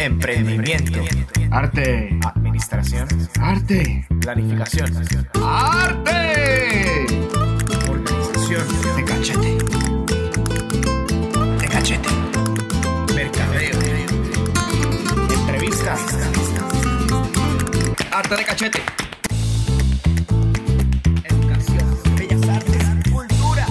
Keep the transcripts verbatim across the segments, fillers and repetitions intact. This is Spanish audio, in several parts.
Emprendimiento. Arte. Administración. Arte. Planificación. ¡Arte! Organización. De cachete. De cachete. Mercadeo. Entrevistas. Arte de cachete. Educación. Bellas artes. Cultura.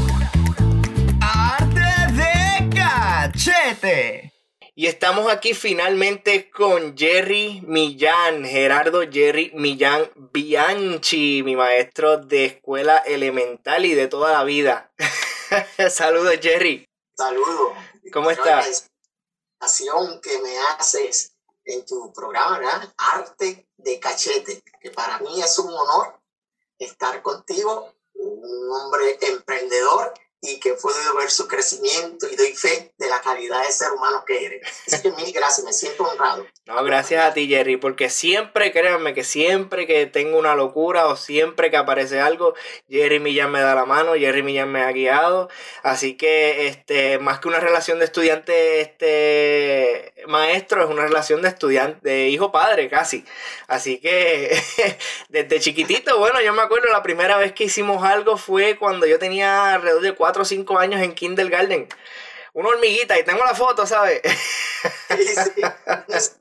Arte de cachete. Y estamos aquí finalmente con Jerry Millán, Gerardo Jerry Millán Bianchi, mi maestro de escuela elemental y de toda la vida. Saludos, Jerry. Saludos. ¿Cómo estás? La presentación que me haces en tu programa, ¿verdad? Arte de cachete, que para mí es un honor estar contigo, un hombre emprendedor y que puedo ver su crecimiento y doy fe de la calidad de ser humano que eres. Así que mil gracias, me siento honrado. No, gracias a ti, Jerry, porque siempre, créanme, que siempre que tengo una locura o siempre que aparece algo, Jerry Millán me da la mano, Jerry Millán me ha guiado. Así que, este, más que una relación de estudiante, este, maestro, es una relación de estudiante, de hijo-padre, casi. Así que, desde chiquitito, bueno, yo me acuerdo la primera vez que hicimos algo fue cuando yo tenía alrededor de cuatro o cinco años en kindergarten. Una hormiguita, y tengo la foto, ¿sabes? Sí, sí.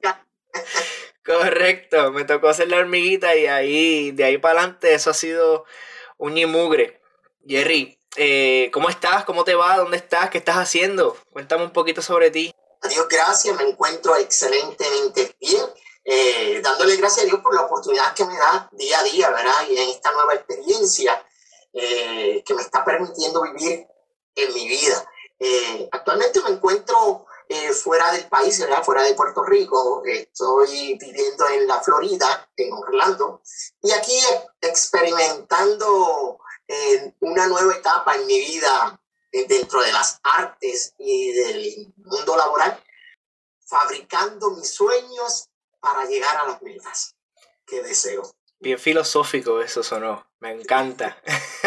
Correcto, me tocó hacer la hormiguita y ahí, de ahí para adelante, eso ha sido un ñimugre. Jerry, eh, ¿cómo estás? ¿Cómo te va? ¿Dónde estás? ¿Qué estás haciendo? Cuéntame un poquito sobre ti. A Dios gracias, me encuentro excelentemente bien, eh, dándole gracias a Dios por la oportunidad que me da día a día, ¿verdad? Y en esta nueva experiencia eh, que me está permitiendo vivir en mi vida. Eh, actualmente me encuentro eh, fuera del país, ¿verdad? Fuera de Puerto Rico. Estoy viviendo en la Florida, en Orlando, y aquí experimentando eh, una nueva etapa en mi vida eh, dentro de las artes y del mundo laboral, fabricando mis sueños para llegar a las metas que deseo. Bien filosófico eso sonó, me encanta.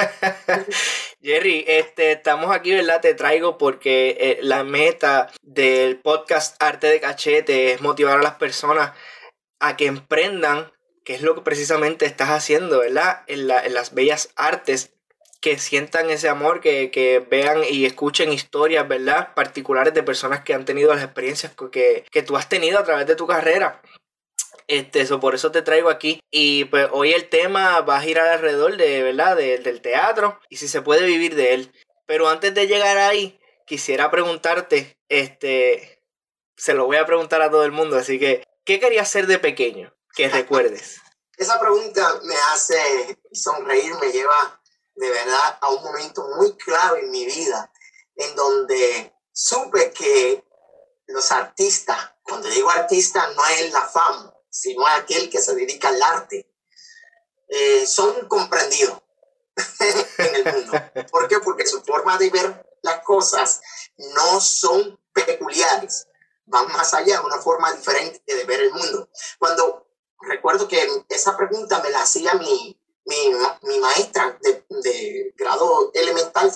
Jerry, este, estamos aquí, ¿verdad? Te traigo porque eh, la meta del podcast Arte de Cachete es motivar a las personas a que emprendan, que es lo que precisamente estás haciendo, ¿verdad? En, la, en las bellas artes, que sientan ese amor, que, que vean y escuchen historias, ¿verdad? Particulares de personas que han tenido las experiencias que, que tú has tenido a través de tu carrera. Este, eso, por eso te traigo aquí. Y pues hoy el tema va a girar alrededor de, ¿verdad? De, del teatro y si se puede vivir de él. Pero antes de llegar ahí, quisiera preguntarte, este, se lo voy a preguntar a todo el mundo, así que, ¿qué querías ser de pequeño? Que recuerdes. Esa pregunta me hace sonreír, me lleva de verdad a un momento muy clave en mi vida, en donde supe que los artistas, cuando digo artista no es la fama, sino aquel que se dedica al arte, eh, son comprendidos en el mundo. ¿Por qué? Porque su forma de ver las cosas no son peculiares, van más allá, una forma diferente de ver el mundo. Cuando recuerdo que esa pregunta me la hacía mi, mi, mi maestra de, de grado elemental,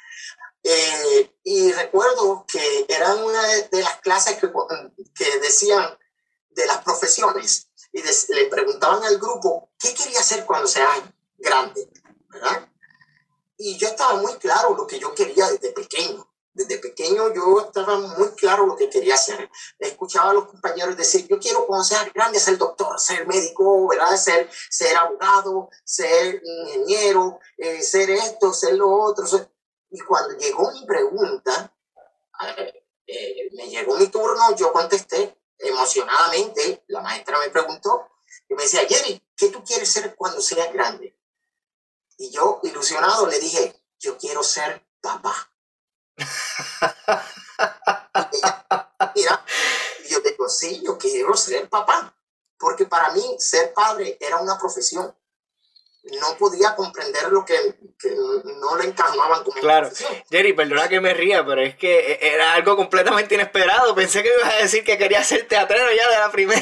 eh, y recuerdo que era una de las clases que, que decían de las profesiones, y de, le preguntaban al grupo qué quería hacer cuando sea grande, ¿verdad? Y yo estaba muy claro lo que yo quería desde pequeño. Desde pequeño yo estaba muy claro lo que quería hacer. Escuchaba a los compañeros decir, yo quiero cuando sea grande ser doctor, ser médico, ¿verdad? Ser, ser abogado, ser ingeniero, eh, ser esto, ser lo otro. Ser... Y cuando llegó mi pregunta, eh, eh, me llegó mi turno, yo contesté emocionadamente. La maestra me preguntó y me decía, Jerry, ¿qué tú quieres ser cuando seas grande? Y yo, ilusionado, le dije, yo quiero ser papá. Y ella, mira, y yo digo, sí, yo quiero ser papá, porque para mí ser padre era una profesión. No podía comprender lo que, que no le encarnaban como claro. profesión. Jerry, perdona que me ría, pero es que era algo completamente inesperado. Pensé que ibas a decir que quería ser teatrero ya de la primera.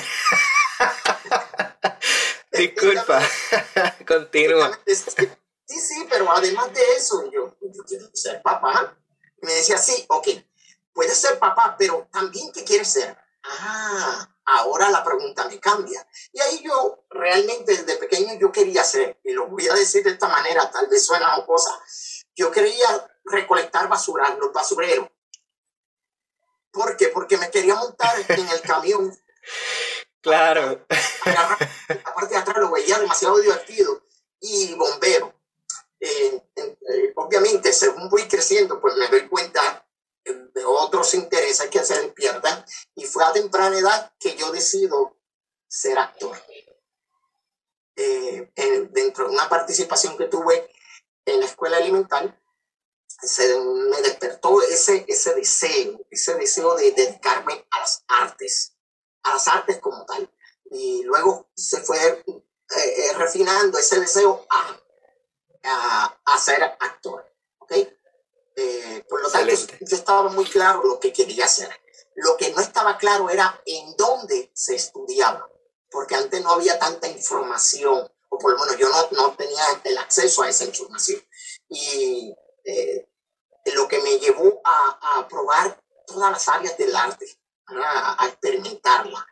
Disculpa. Continúa. Sí, sí, pero además de eso, yo, yo quiero ser papá. Y me decía, sí, ok, puedes ser papá, pero también, ¿qué quieres ser? Ah, ahora la pregunta me cambia. Y ahí yo realmente desde pequeño yo quería hacer, y lo voy a decir de esta manera, tal vez suena jocosa, yo quería recolectar basura en los basureros. ¿Por qué? Porque me quería montar en el camión. Claro. La parte de atrás lo veía demasiado divertido. Y bombero. Eh, eh, obviamente, según voy creciendo, pues me doy cuenta de otros intereses que se despiertan. Y fue a temprana edad que yo decido ser actor. Eh, en, dentro de una participación que tuve en la escuela elemental, se me despertó ese, ese deseo, ese deseo de dedicarme a las artes, a las artes como tal. Y luego se fue eh, refinando ese deseo a, a, a ser actor. ¿Okay? Eh, por lo tanto, Excelente. Yo estaba muy claro lo que quería hacer. Lo que no estaba claro era en dónde se estudiaba, porque antes no había tanta información, o por lo menos yo no, no tenía el acceso a esa información. Y eh, lo que me llevó a, a probar todas las áreas del arte, a, a experimentarla.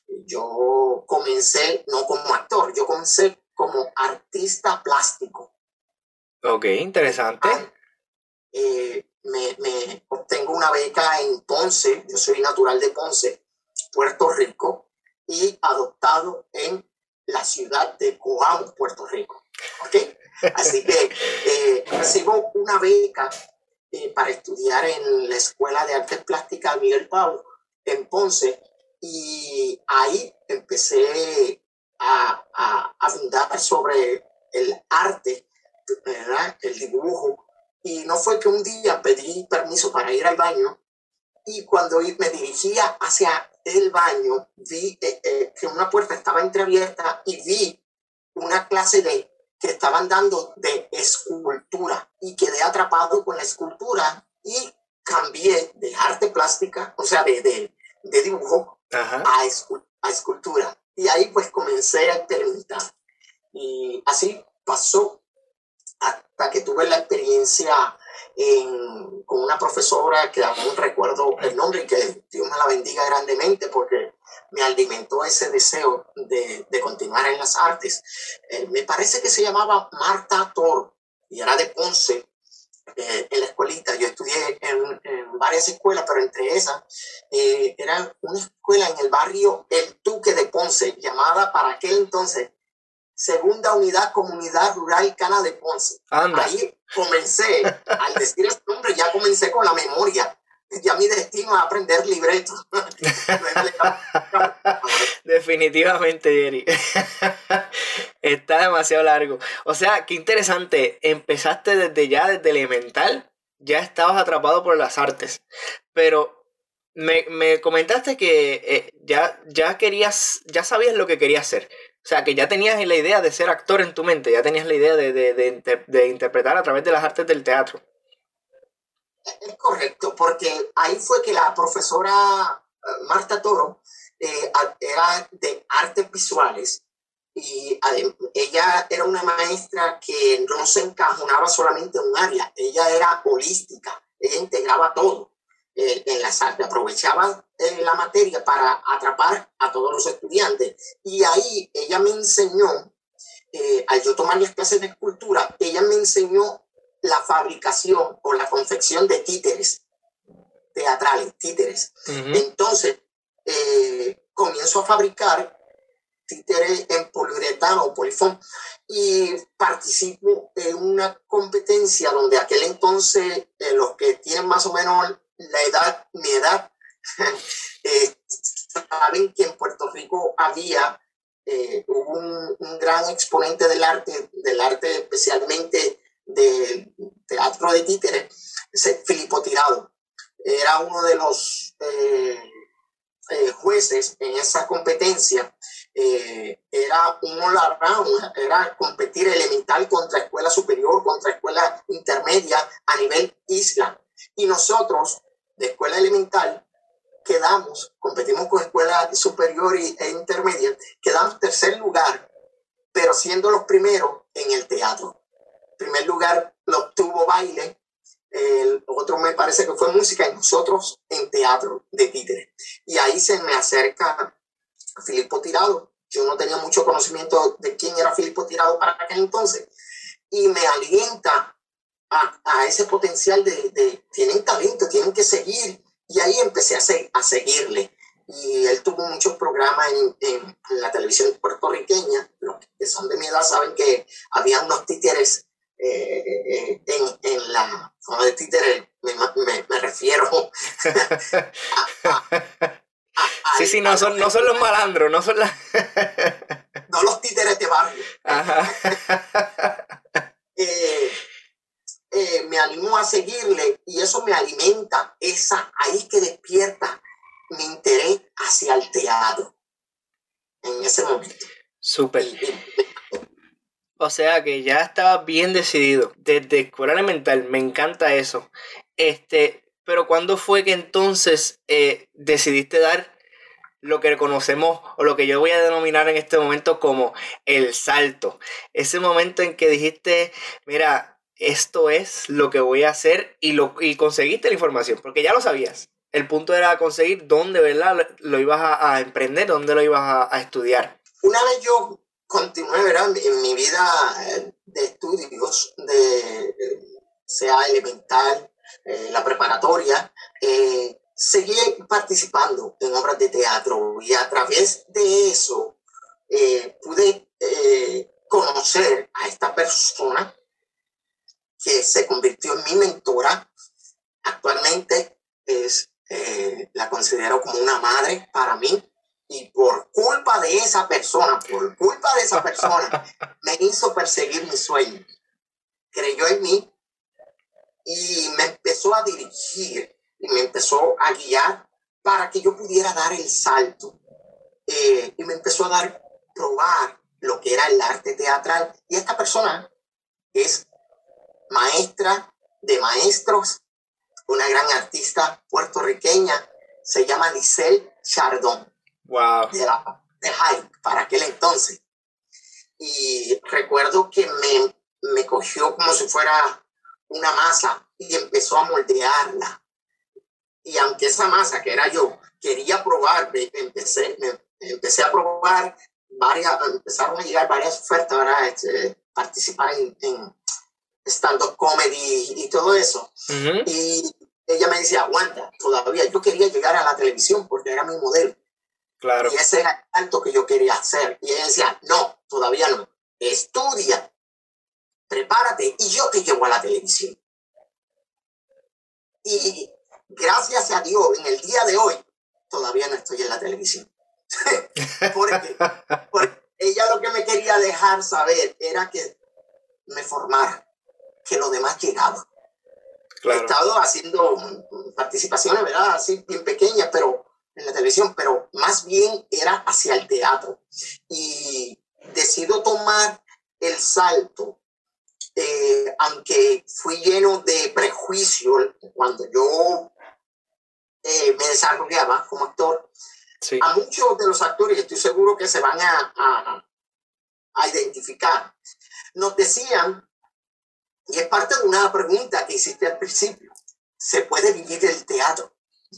Yo comencé no como actor, yo comencé como artista plástico. Ok, interesante. Ah, eh, me, me obtengo una beca en Ponce, yo soy natural de Ponce, Puerto Rico, y adoptado en la ciudad de Coamo, Puerto Rico. ¿Okay? Así que eh, recibo una beca eh, para estudiar en la Escuela de Artes Plásticas Miguel Pau, en Ponce, y ahí empecé a, a, a fundar sobre el arte, ¿verdad? El dibujo. Y no fue que un día pedí permiso para ir al baño y cuando me dirigía hacia el baño vi eh, eh, que una puerta estaba entreabierta y vi una clase de, que estaban dando de escultura y quedé atrapado con la escultura y cambié de arte plástica, o sea, de, de, de dibujo a, escu a escultura. Y ahí pues comencé a experimentar. Y así pasó hasta que tuve la experiencia en, con una profesora que aún recuerdo el nombre y que Dios me la bendiga grandemente porque me alimentó ese deseo de, de continuar en las artes. Eh, me parece que se llamaba Marta Toro y era de Ponce, eh, en la escuelita. Yo estudié en, en varias escuelas, pero entre esas eh, era una escuela en el barrio El Tuque de Ponce, llamada para aquel entonces Segunda Unidad Comunidad Rural Cana de Ponce. Anda. Ahí comencé, al decir este nombre, ya comencé con la memoria. Ya mi destino es aprender libretos. Definitivamente, Jerry. Está demasiado largo. O sea, qué interesante. Empezaste desde ya, desde elemental, ya estabas atrapado por las artes. Pero me, me comentaste que eh, ya, ya querías, ya sabías lo que querías hacer. O sea, que ya tenías la idea de ser actor en tu mente, ya tenías la idea de, de, de, de, de interpretar a través de las artes del teatro. Es correcto, porque ahí fue que la profesora Marta Toro eh, era de artes visuales y ella era una maestra que no se encajonaba solamente en un área, ella era holística, ella integraba todo. Eh, en las artes, aprovechaba eh, la materia para atrapar a todos los estudiantes y ahí ella me enseñó, eh, al yo tomar las clases de escultura, ella me enseñó la fabricación o la confección de títeres teatrales, títeres. Uh-huh. Entonces eh, comienzo a fabricar títeres en poliuretano o polifón y participo en una competencia donde aquel entonces eh, los que tienen más o menos la edad, mi edad, eh, saben que en Puerto Rico había eh, un, un gran exponente del arte, del arte especialmente del teatro de títeres, ese Filipo Tirado. Era uno de los eh, eh, jueces en esa competencia. Eh, era un all around, era competir elemental contra escuela superior, contra escuela intermedia a nivel isla. Y nosotros, de escuela elemental, quedamos, competimos con escuela superior e intermedia, quedamos tercer lugar, pero siendo los primeros en el teatro. Primer lugar lo obtuvo baile, el otro me parece que fue música y nosotros en teatro de títere. Y ahí se me acerca Filipo Tirado. Yo no tenía mucho conocimiento de quién era Filipo Tirado para aquel entonces. Y me alienta a, a ese potencial de, de, tienen talento, tienen que seguir. Y ahí empecé a, se, a seguirle. Y él tuvo muchos programas en, en, en la televisión puertorriqueña. Los que son de mi edad saben que había unos títeres eh, eh, en, en la zona de títeres. Me, me, me refiero a, a, a, sí, sí, no son, no son los malandros, no son las... no los títeres de barrio. eh, eh, me animó a seguirle y eso me alimenta, esa ahí que despierta mi interés hacia el teatro en ese momento. Súper. O sea que ya estaba bien decidido desde escuela elemental, me encanta eso. Este, pero ¿cuándo fue que entonces eh, decidiste dar lo que conocemos o lo que yo voy a denominar en este momento como el salto? Ese momento en que dijiste, mira, esto es lo que voy a hacer y, lo, y conseguiste la información, porque ya lo sabías. El punto era conseguir dónde, ¿verdad?, lo, lo ibas a, a emprender, dónde lo ibas a, a estudiar. Una vez yo continué, ¿verdad?, en mi vida de estudios, de, sea elemental, eh, la preparatoria, eh, seguí participando en obras de teatro y a través de eso eh, pude eh, conocer a esta persona que se convirtió en mi mentora. Actualmente es, eh, la considero como una madre para mí. Y por culpa de esa persona, por culpa de esa persona, me hizo perseguir mi sueño. Creyó en mí y me empezó a dirigir y me empezó a guiar para que yo pudiera dar el salto. Eh, y me empezó a dar, probar lo que era el arte teatral. Y esta persona es maestra de maestros, una gran artista puertorriqueña, se llama Lisel Chardón. Wow. De, la, de Hype para aquel entonces. Y recuerdo que me, me cogió como si fuera una masa y empezó a moldearla. Y aunque esa masa que era yo, quería probar, empecé, me, empecé a probar varias, empezaron a llegar varias ofertas, ¿verdad? Este, participar en, en stand-up comedy y todo eso. Uh-huh. Y ella me decía, aguanta, todavía yo quería llegar a la televisión porque era mi modelo. Claro. Y ese era el alto que yo quería hacer. Y ella decía, no, todavía no. Estudia, prepárate y yo te llevo a la televisión. Y gracias a Dios, en el día de hoy, todavía no estoy en la televisión. porque, porque ella lo que me quería dejar saber era que me formara, que lo demás llegaba. Claro. He estado haciendo participaciones, ¿verdad? Así bien pequeñas, pero en la televisión, pero más bien era hacia el teatro. Y decido tomar el salto, eh, aunque fui lleno de prejuicios cuando yo eh, me desarrollaba como actor. Sí. A muchos de los actores, estoy seguro que se van a, a, a identificar, nos decían, y es parte de una pregunta que hiciste al principio, ¿se puede vivir del teatro?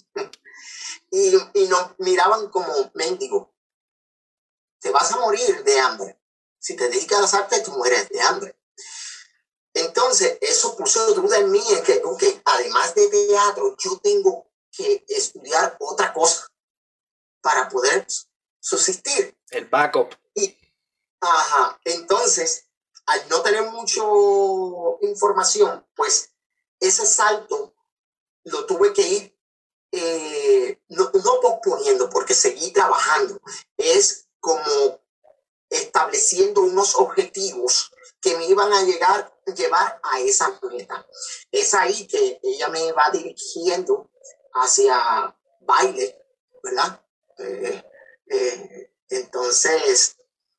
Y, y nos miraban como mendigos. Te vas a morir de hambre. Si te dedicas a las artes, tú mueres de hambre. Entonces, eso puso duda en mí, en que, okay, además de teatro, yo tengo que estudiar otra cosa para poder subsistir. El backup. Y, ajá, entonces, al no tener mucha información, pues ese salto lo tuve que ir Eh, no, no posponiendo, porque seguí trabajando. Es como estableciendo unos objetivos que me iban a llegar, llevar a esa meta. Es ahí que ella me va dirigiendo hacia baile, ¿verdad? Eh, eh, entonces,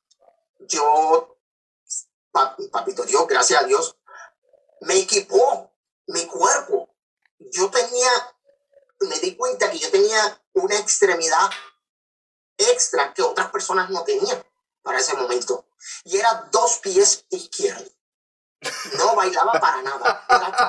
yo, papito Dios, gracias a Dios, me equipó mi cuerpo. Yo tenía me di cuenta que yo tenía una extremidad extra que otras personas no tenían para ese momento. Y era dos pies izquierdos. No bailaba para nada. Era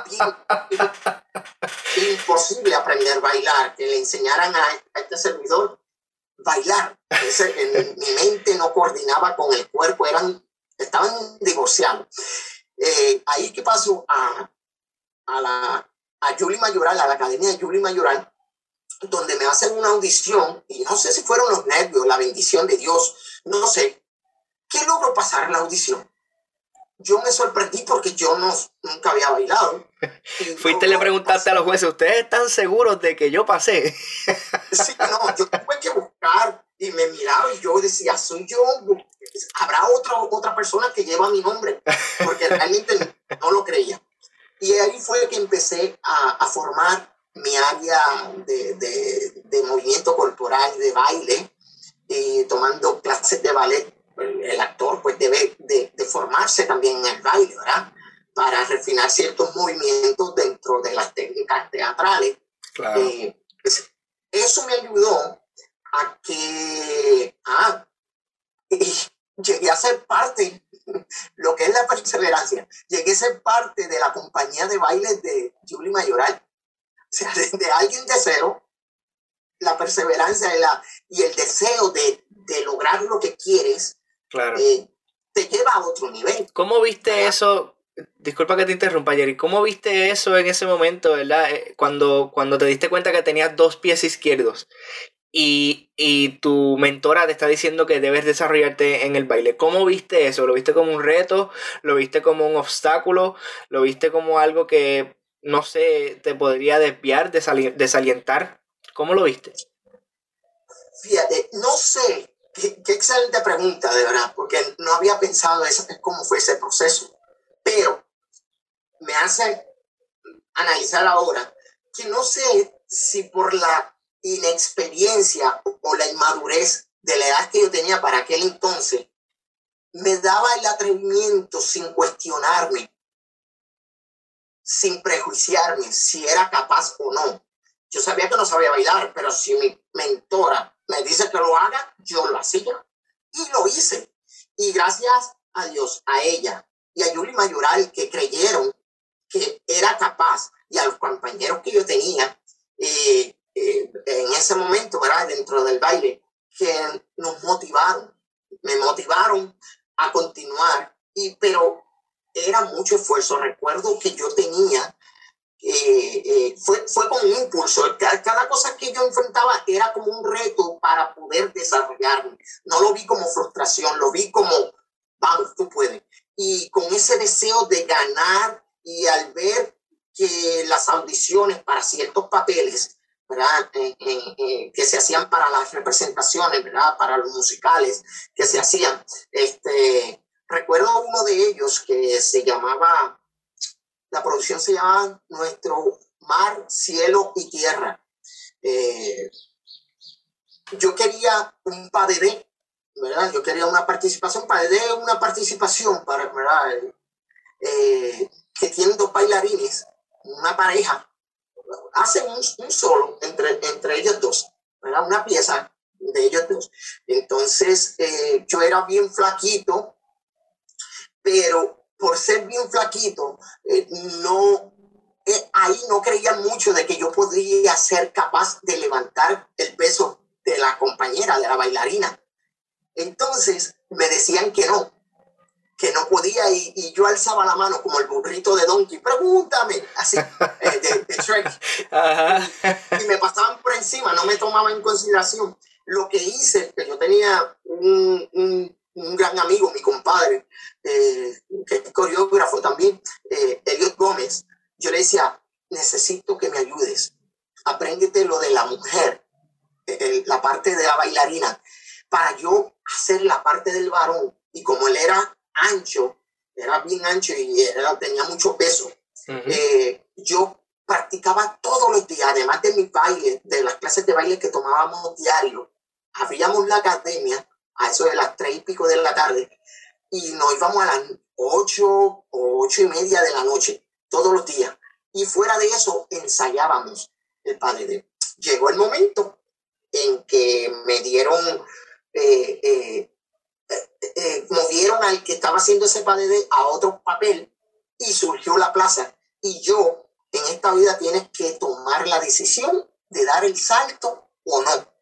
bien, imposible aprender a bailar. Que le enseñaran a, a este servidor bailar. Ese, en, mi mente no coordinaba con el cuerpo, eran, estaban divorciados. Eh, ahí que paso a, a, la, a Julie Mayoral, a la academia de Julie Mayoral, donde me hacen una audición, y no sé si fueron los nervios, la bendición de Dios, no sé, ¿qué logro pasar la audición? Yo me sorprendí porque yo no, nunca había bailado. Fuiste y le preguntaste a los jueces, ¿ustedes están seguros de que yo pasé? Sí, no, yo tuve que buscar y me miraba y yo decía, soy yo, habrá otra, otra persona que lleva mi nombre, porque realmente no lo creía. Y ahí fue que empecé a, a formar mi área de, de, de movimiento corporal, de baile, y tomando clases de ballet. El actor pues debe de, de formarse también en el baile, ¿verdad? Para refinar ciertos movimientos dentro de las técnicas teatrales. Claro. Eh, pues, eso me ayudó a que ah, llegué a ser parte, lo que es la perseverancia, llegué a ser parte de la compañía de baile de Julie Mayoral. O sea, desde alguien de cero, la perseverancia y, la, y el deseo de, de lograr lo que quieres, claro. eh, te lleva a otro nivel. ¿Cómo viste ¿verdad? eso? Disculpa que te interrumpa, Jerry. ¿Cómo viste eso en ese momento, verdad? Eh, Cuando, cuando te diste cuenta que tenías dos pies izquierdos y, y tu mentora te está diciendo que debes desarrollarte en el baile. ¿Cómo viste eso? ¿Lo viste como un reto? ¿Lo viste como un obstáculo? ¿Lo viste como algo que, no sé, te podría desviar, desali- desalientar? ¿Cómo lo viste? Fíjate, no sé, qué, qué excelente pregunta, de verdad, porque no había pensado eso, cómo fue ese proceso, pero me hace analizar ahora que no sé si por la inexperiencia o la inmadurez de la edad que yo tenía para aquel entonces, me daba el atrevimiento sin cuestionarme, sin prejuiciarme si era capaz o no. Yo sabía que no sabía bailar, pero si mi mentora me dice que lo haga, yo lo hacía. Y lo hice. Y gracias a Dios, a ella y a Julie Mayoral, que creyeron que era capaz, y a los compañeros que yo tenía eh, eh, en ese momento, ¿verdad? Dentro del baile, que nos motivaron, me motivaron a continuar, y, pero era mucho esfuerzo. Recuerdo que yo tenía, eh, eh, fue, fue con un impulso, cada, cada cosa que yo enfrentaba era como un reto para poder desarrollarme. No lo vi como frustración, lo vi como, vamos, tú puedes. Y con ese deseo de ganar, y al ver que las audiciones para ciertos papeles, ¿verdad? Eh, eh, eh, que se hacían para las representaciones, ¿verdad? Para los musicales que se hacían, este, recuerdo uno de ellos que se llamaba, la producción se llamaba Nuestro Mar, Cielo y Tierra. Eh, yo quería un P A D D, ¿verdad? Yo quería una participación, P A D D, una participación para, ¿verdad? Eh, que tienen dos bailarines, una pareja, hacen un, un solo entre, entre ellos dos, ¿verdad? Una pieza de ellos dos. Entonces, eh, yo era bien flaquito, pero por ser bien flaquito, eh, no, eh, ahí no creía mucho de que yo podría ser capaz de levantar el peso de la compañera, de la bailarina. Entonces, me decían que no, que no podía, y, y yo alzaba la mano como el burrito de Donkey, pregúntame, así, eh, de, de Shrek. Ajá. Y me pasaban por encima, no me tomaban en consideración. Lo que hice, que yo tenía un, un, un gran amigo, mi compadre, eh, que es coreógrafo también, eh, Elliot Gómez. Yo le decía, necesito que me ayudes, apréndete lo de la mujer, eh, la parte de la bailarina, para yo hacer la parte del varón. Y como él era ancho, era bien ancho y era, tenía mucho peso, uh-huh. eh, yo practicaba todos los días, además de mis bailes, de las clases de baile que tomábamos diario. Abríamos la academia a eso de las tres y pico de la tarde y nos íbamos a las ocho o ocho y media de la noche, todos los días. Y fuera de eso, ensayábamos el P A D D. Llegó el momento en que me dieron... Eh, eh, Eh, eh, movieron al que estaba haciendo ese P A D D a otro papel y surgió la plaza. Y yo, en esta vida tienes que tomar la decisión de dar el salto o no,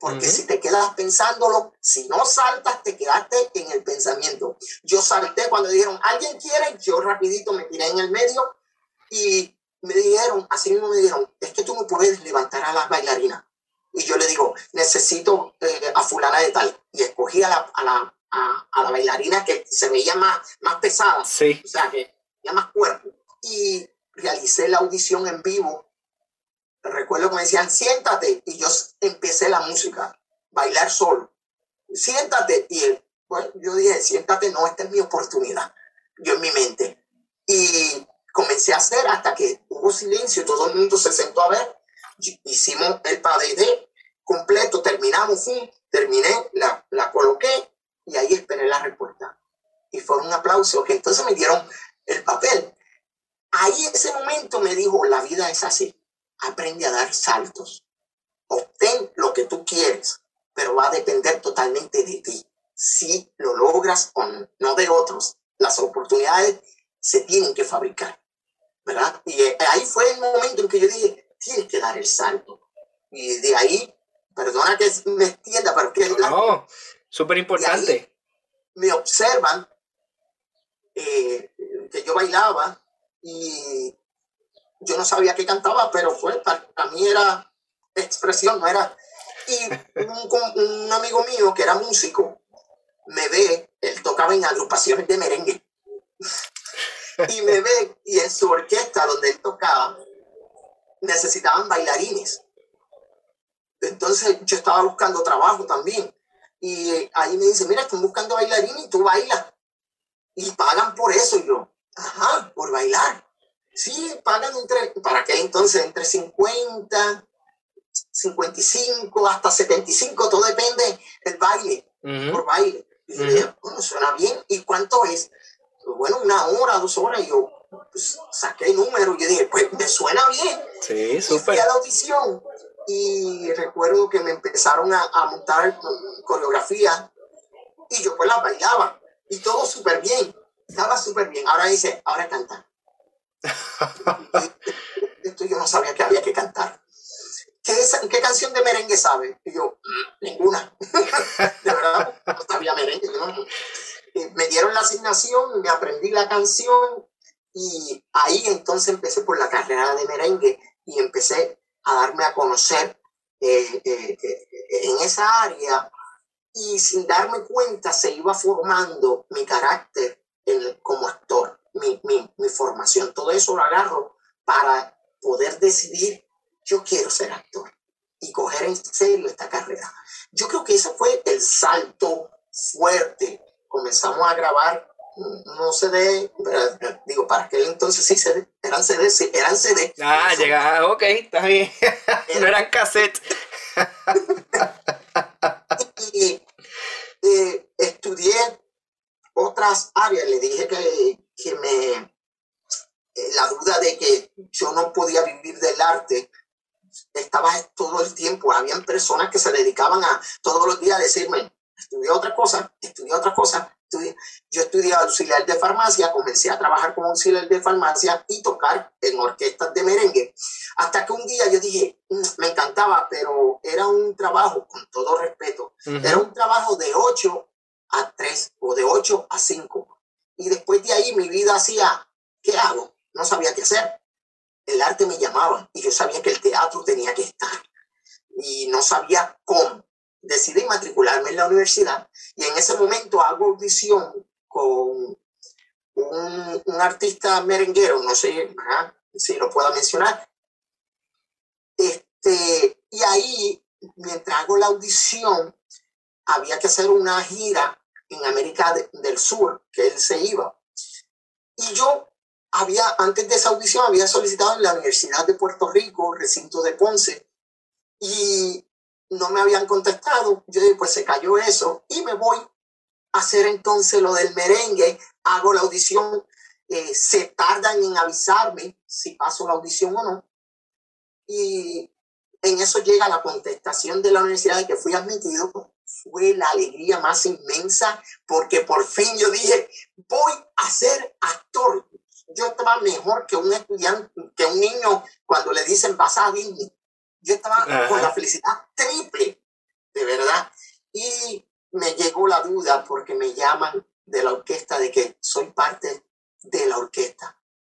Porque uh-huh. si te quedas pensándolo, si no saltas, te quedaste en el pensamiento. Yo salté cuando dijeron, ¿alguien quiere? Yo rapidito me tiré en el medio y me dijeron, así mismo me dijeron, es que tú no puedes levantar a las bailarinas. Y yo le digo, necesito eh, a fulana de tal. Y escogí a la, a la, a, a la bailarina que se veía más, más pesada. Sí. O sea, que tenía más cuerpo. Y realicé la audición en vivo. Recuerdo que me decían, siéntate. Y yo empecé la música, bailar solo. Siéntate. Y bueno, yo dije, siéntate, no, esta es mi oportunidad. Yo en mi mente. Y comencé a hacer hasta que hubo silencio. Todo el mundo se sentó a ver. Hicimos el padedé completo, terminamos, sí, terminé, la, la coloqué y ahí esperé la respuesta. Y fue un aplauso que entonces me dieron el papel. Ahí en ese momento me dijo, la vida es así, aprende a dar saltos, obtén lo que tú quieres, pero va a depender totalmente de ti, si lo logras o no, no de otros. Las oportunidades se tienen que fabricar, ¿verdad? Y ahí fue el momento en que yo dije, tienes que dar el salto. Y de ahí, perdona que me extienda, pero que es la... No, súper importante. Me observan eh, que yo bailaba y yo no sabía que cantaba, pero pues para, para mí era expresión, no era... Y un, un amigo mío que era músico me ve, él tocaba en agrupaciones de merengue, y me ve, y en su orquesta donde él tocaba, necesitaban bailarines. Entonces yo estaba buscando trabajo también. Y ahí me dice, mira, están buscando bailarines y tú bailas. Y pagan por eso. Y yo, ajá, por bailar. Sí, pagan entre, para aquel entonces entre cincuenta, cincuenta y cinco, hasta setenta y cinco, todo depende del baile, uh-huh. por baile. Y yo uh-huh. dije, bueno, suena bien. ¿Y cuánto es? Pues, bueno, una hora, dos horas. Y yo, pues, saqué el número y yo dije, pues me suena bien. Sí, súper. Y fui a la audición y recuerdo que me empezaron a, a montar coreografía y yo pues la bailaba y todo súper bien, estaba súper bien. Ahora dice, ahora canta. Esto yo no sabía que había que cantar. ¿Qué, qué canción de merengue sabe? Y yo, ninguna. De verdad, no sabía merengue. ¿No? Me dieron la asignación, me aprendí la canción. Y ahí entonces empecé por la carrera de merengue y empecé a darme a conocer eh, eh, eh, en esa área y sin darme cuenta se iba formando mi carácter en, como actor, mi, mi, mi formación. Todo eso lo agarro para poder decidir, yo quiero ser actor y coger en serio esta carrera. Yo creo que ese fue el salto fuerte. Comenzamos a grabar no C D, digo, para aquel entonces sí C D, eran C D, sí, eran C D. Ah, llega, ok, está bien. No eran cassette. y eh, estudié otras áreas, le dije que, que me, eh, la duda de que yo no podía vivir del arte, estaba todo el tiempo, habían personas que se dedicaban a todos los días a decirme, estudié otra cosa, estudié otra cosa. Yo estudié auxiliar de farmacia, comencé a trabajar como auxiliar de farmacia y tocar en orquestas de merengue. Hasta que un día yo dije, me encantaba, pero era un trabajo, con todo respeto, uh-huh. era un trabajo de ocho a tres o de ocho a cinco. Y después de ahí mi vida hacía, ¿qué hago? No sabía qué hacer. El arte me llamaba y yo sabía que el teatro tenía que estar. Y no sabía cómo. Decidí matricularme en la universidad y en ese momento hago audición con un, un artista merenguero, no sé ¿verdad? si lo puedo mencionar. Este, y ahí, mientras hago la audición, había que hacer una gira en América de, del Sur, que él se iba. Y yo había, antes de esa audición, había solicitado en la Universidad de Puerto Rico, recinto de Ponce, y no me habían contestado. Yo dije, pues se cayó eso y me voy a hacer entonces lo del merengue. Hago la audición, eh, se tardan en avisarme si paso la audición o no. Y en eso llega la contestación de la universidad de que fui admitido. Fue la alegría más inmensa porque por fin yo dije, voy a ser actor. Yo estaba mejor que un estudiante, que un niño cuando le dicen vas a Disney. Yo estaba Ajá. con la felicidad triple, de me llegó la duda porque me llaman de la orquesta de que soy parte de la orquesta.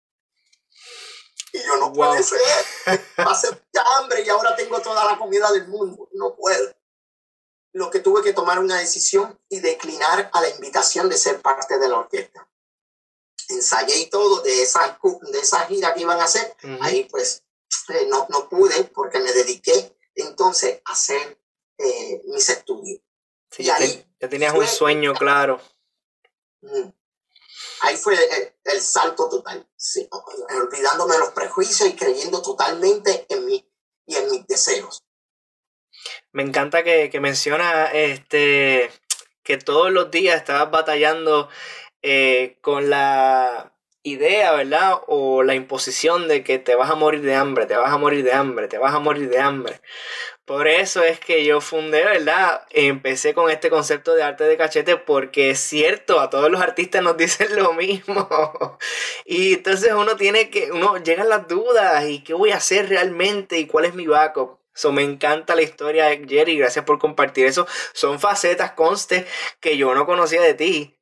Y yo no Wow. puede ser. Pasé mucha hambre y ahora tengo toda la comida del mundo. No puedo. Lo que tuve que tomar una decisión y declinar a la invitación de ser parte de la orquesta. Ensayé y todo de esa, de esa gira que iban a hacer. Uh-huh. Ahí pues eh, no, no pude porque me dediqué entonces a hacer eh, mis estudios. Sí, y ya, ahí te, ya tenías fue, un sueño claro. Mm, ahí fue el, el salto total. Sí, olvidándome de los prejuicios y creyendo totalmente en mí y en mis deseos. Me encanta que, que menciona este, que todos los días estabas batallando eh, con la idea, ¿verdad? O la imposición de que te vas a morir de hambre, te vas a morir de hambre, te vas a morir de hambre. Por eso es que yo fundé, ¿verdad? Empecé con este concepto de arte de cachete porque es cierto, a todos los artistas nos dicen lo mismo. Y entonces uno tiene que, uno llegan las dudas y qué voy a hacer realmente y cuál es mi backup. So, me encanta la historia de Jerry, gracias por compartir eso. Son facetas, conste, que yo no conocía de ti.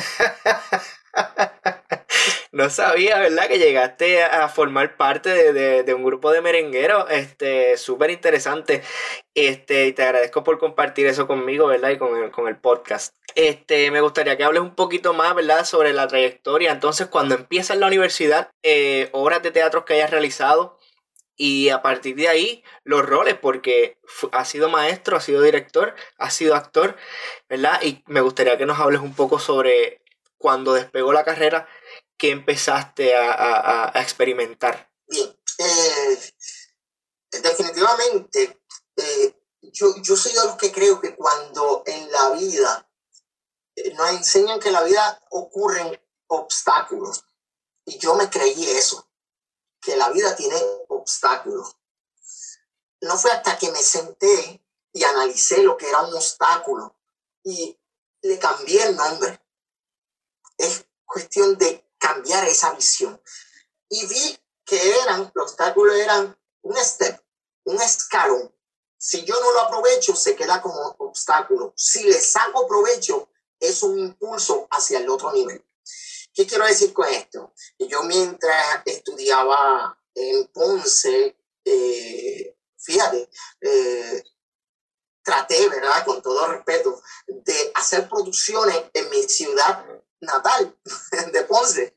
No sabía, ¿verdad? Que llegaste a formar parte de, de, de un grupo de merengueros, este, súper interesante. Este, y te agradezco por compartir eso conmigo, ¿verdad? Y con el, con el podcast. Este, me gustaría que hables un poquito más, ¿verdad? Sobre la trayectoria. Entonces, cuando empiezas la universidad, eh, obras de teatro que hayas realizado. Y a partir de ahí, los roles, porque has sido maestro, has sido director, has sido actor, ¿verdad? Y me gustaría que nos hables un poco sobre cuando despegó la carrera, ¿qué empezaste a, a, a experimentar? Bien, eh, definitivamente, eh, yo, yo soy de los que creo que cuando en la vida eh, nos enseñan que en la vida ocurren obstáculos, y yo me creí eso, que la vida tiene obstáculos. No fue hasta que me senté y analicé lo que era un obstáculo y le cambié el nombre. Es cuestión de cambiar esa visión. Y vi que eran, los obstáculos eran un step, un escalón. Si yo no lo aprovecho, se queda como obstáculo. Si le saco provecho, es un impulso hacia el otro nivel. ¿Qué quiero decir con esto? Yo mientras estudiaba en Ponce, eh, fíjate, eh, traté, ¿verdad? Con todo respeto, de hacer producciones en mi ciudad natal, de Ponce.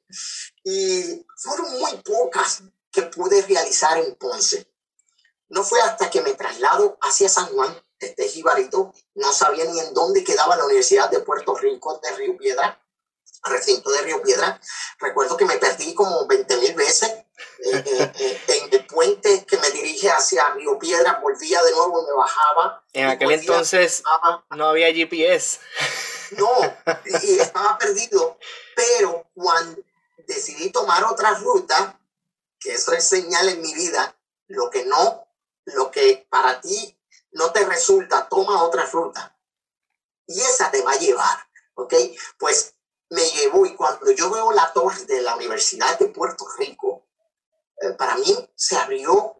Y fueron muy pocas que pude realizar en Ponce. No fue hasta que me traslado hacia San Juan, este jibarito, no sabía ni en dónde quedaba la Universidad de Puerto Rico de Río Piedra, recinto de Río Piedra. Recuerdo que me perdí como veinte mil veces eh, eh, eh, en el puente que me dirige hacia Río Piedra, volvía de nuevo y me bajaba. En aquel volvía, entonces bajaba. No había G P S. No, y, y estaba perdido, pero cuando decidí tomar otra ruta, que eso es señal en mi vida, lo que no, lo que para ti no te resulta, toma otra ruta y esa te va a llevar, ¿ok? Pues me llevó, y cuando yo veo la torre de la Universidad de Puerto Rico, eh, para mí se abrió,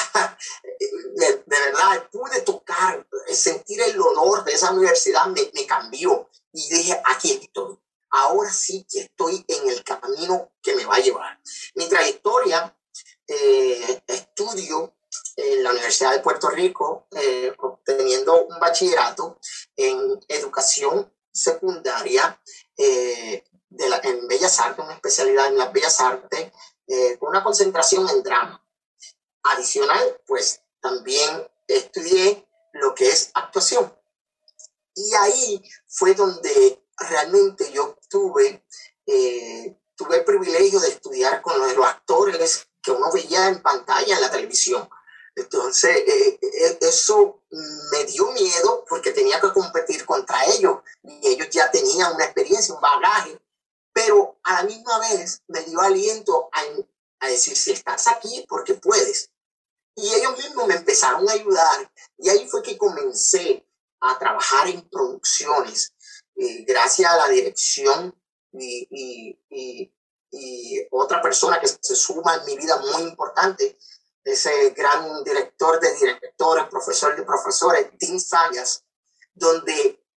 de, de verdad, pude tocar, sentir el olor de esa universidad, me, me cambió, y dije, aquí estoy, ahora sí que estoy en el camino que me va a llevar. Mi trayectoria, eh, estudio en la Universidad de Puerto Rico, eh, obteniendo un bachillerato en educación secundaria eh, de la, en Bellas Artes, una especialidad en las Bellas Artes, eh, con una concentración en drama. Adicional, pues también estudié lo que es actuación. Y ahí fue donde realmente yo tuve, eh, tuve el privilegio de estudiar con los, los actores que uno veía en pantalla en la televisión. Entonces, eh, eh, eso me dio miedo porque tenía que competir contra ellos y ellos ya tenían una experiencia, un bagaje, pero a la misma vez me dio aliento a, a decir, si estás aquí, porque puedes. Y ellos mismos me empezaron a ayudar y ahí fue que comencé a trabajar en producciones, eh, gracias a la dirección y, y, y, y otra persona que se suma en mi vida muy importante, ese gran director de directores, profesor de profesores, Tim Sayas, donde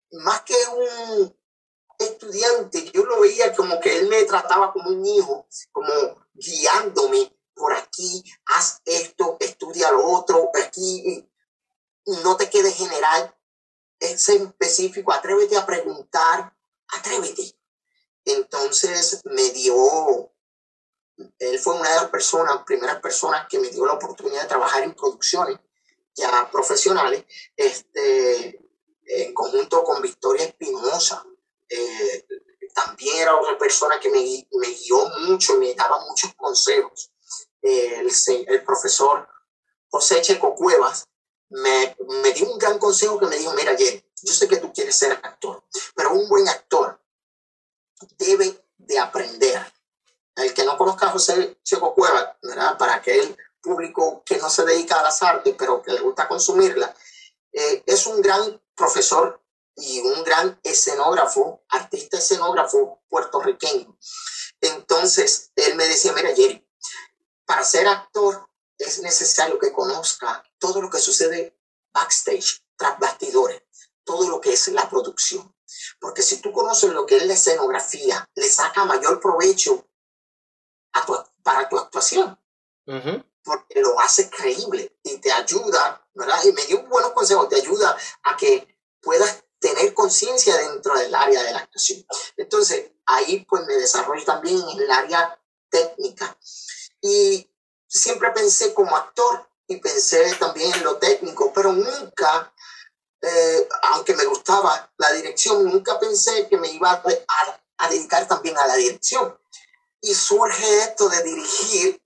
más que un estudiante, yo lo veía como que él me trataba como un hijo, como guiándome por aquí, haz esto, estudia lo otro, aquí no te quedes general, es específico, atrévete a preguntar, atrévete. Entonces me dio, él fue una de las personas, primeras personas que me dio la oportunidad de trabajar en producciones ya profesionales, este, en conjunto con Victoria Espinosa. Eh, también era otra persona que me, me guió mucho y me daba muchos consejos. Eh, el, el profesor José Checo Cuevas me, me dio un gran consejo que me dijo, mira, Jerry, yo sé que tú quieres ser actor, pero un buen actor debe de aprender. El que no conozca a José Checo Cuevas, ¿verdad? Para aquel público que no se dedica a las artes, pero que le gusta consumirla, eh, es un gran profesor y un gran escenógrafo, artista escenógrafo puertorriqueño. Entonces, él me decía, mira, Jerry, para ser actor es necesario que conozca todo lo que sucede backstage, tras bastidores, todo lo que es la producción. Porque si tú conoces lo que es la escenografía, le saca mayor provecho a tu, para tu actuación. Uh-huh. Porque lo hace creíble y te ayuda, ¿verdad? Y me dio buenos consejos, te ayuda a que puedas tener conciencia dentro del área de la actuación. Entonces, ahí pues me desarrollo también en el área técnica. Y siempre pensé como actor y pensé también en lo técnico, pero nunca, eh, aunque me gustaba la dirección, nunca pensé que me iba a, a, a dedicar también a la dirección. Y surge esto de dirigir,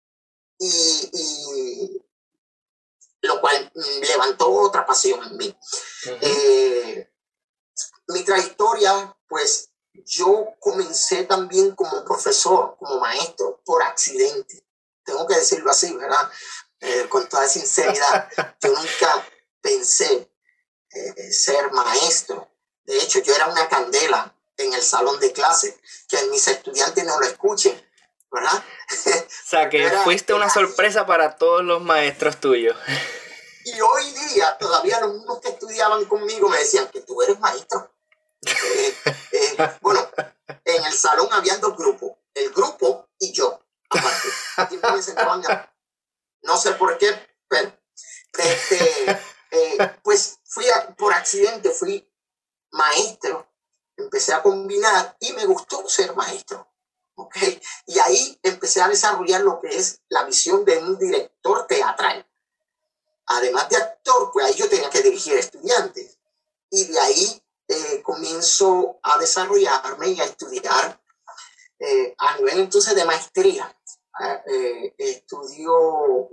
y, y lo cual levantó otra pasión en mí. Uh-huh. Eh, mi trayectoria, pues yo comencé también como profesor, como maestro, por accidente. Tengo que decirlo así, ¿verdad? Eh, con toda sinceridad, yo nunca pensé eh, ser maestro. De hecho, yo era una candela en el salón de clase, que mis estudiantes no lo escuchen, ¿verdad? O sea, que era, fuiste una sorpresa para todos los maestros tuyos. Y hoy día, todavía los mismos que estudiaban conmigo me decían que tú eres maestro. Eh, eh, bueno, en el salón habían dos grupos, el grupo y yo, aparte. Me sentaban a, no sé por qué, pero este, eh, pues fui a, por accidente, fui maestro, empecé a combinar y me gustó ser maestro. ¿Okay? Y ahí empecé a desarrollar lo que es la visión de un director teatral. Además de actor, pues ahí yo tenía que dirigir estudiantes. Y de ahí eh, comienzo a desarrollarme y a estudiar eh, a nivel entonces de maestría. Eh, eh, estudio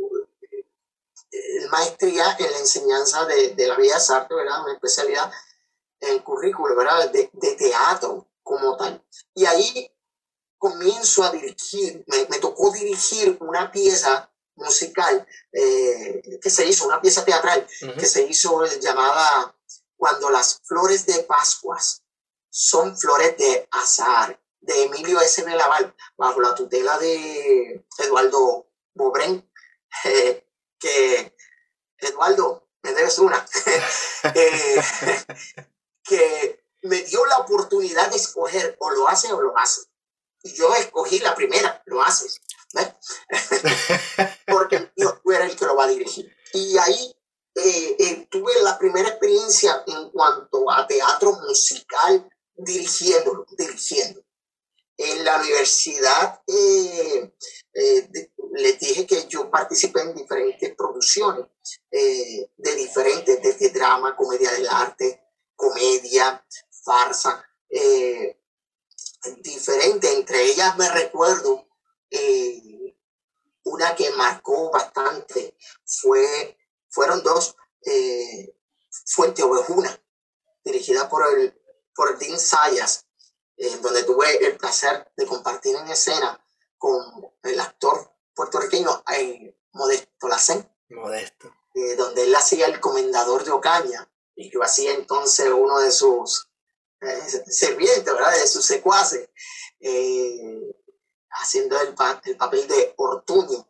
eh, maestría en la enseñanza de, de las bellas artes, ¿verdad? Una especialidad en currículo, ¿verdad? De, de teatro como tal. Y ahí comienzo a dirigir, me, me tocó dirigir una pieza musical eh, que se hizo, una pieza teatral uh-huh. que se hizo eh, llamada Cuando las flores de Pascuas son flores de azahar, de Emilio S. Laval, bajo la tutela de Eduardo Bobrén, eh, que Eduardo, me debes una, eh, que me dio la oportunidad de escoger o lo hace o lo hace. Y yo escogí la primera, lo haces, ¿ves? Porque yo, tú eres el que lo va a dirigir. Y ahí eh, eh, tuve la primera experiencia en cuanto a teatro musical dirigiéndolo, dirigiendo. En la universidad eh, eh, de, les dije que yo participé en diferentes producciones, eh, de diferentes, desde drama, comedia del arte, comedia, farsa, eh, diferentes. Entre ellas me recuerdo eh, una que marcó bastante, fue, fueron dos, eh, Fuente Ovejuna, dirigida por el, por el Dean Sayas, en donde tuve el placer de compartir en escena con el actor puertorriqueño eh, Modesto Lacén. Modesto. Eh, donde él hacía el comendador de Ocaña, y yo hacía entonces uno de sus eh, sirvientes, ¿verdad? De sus secuaces, eh, haciendo el, pa el papel de Ortuño,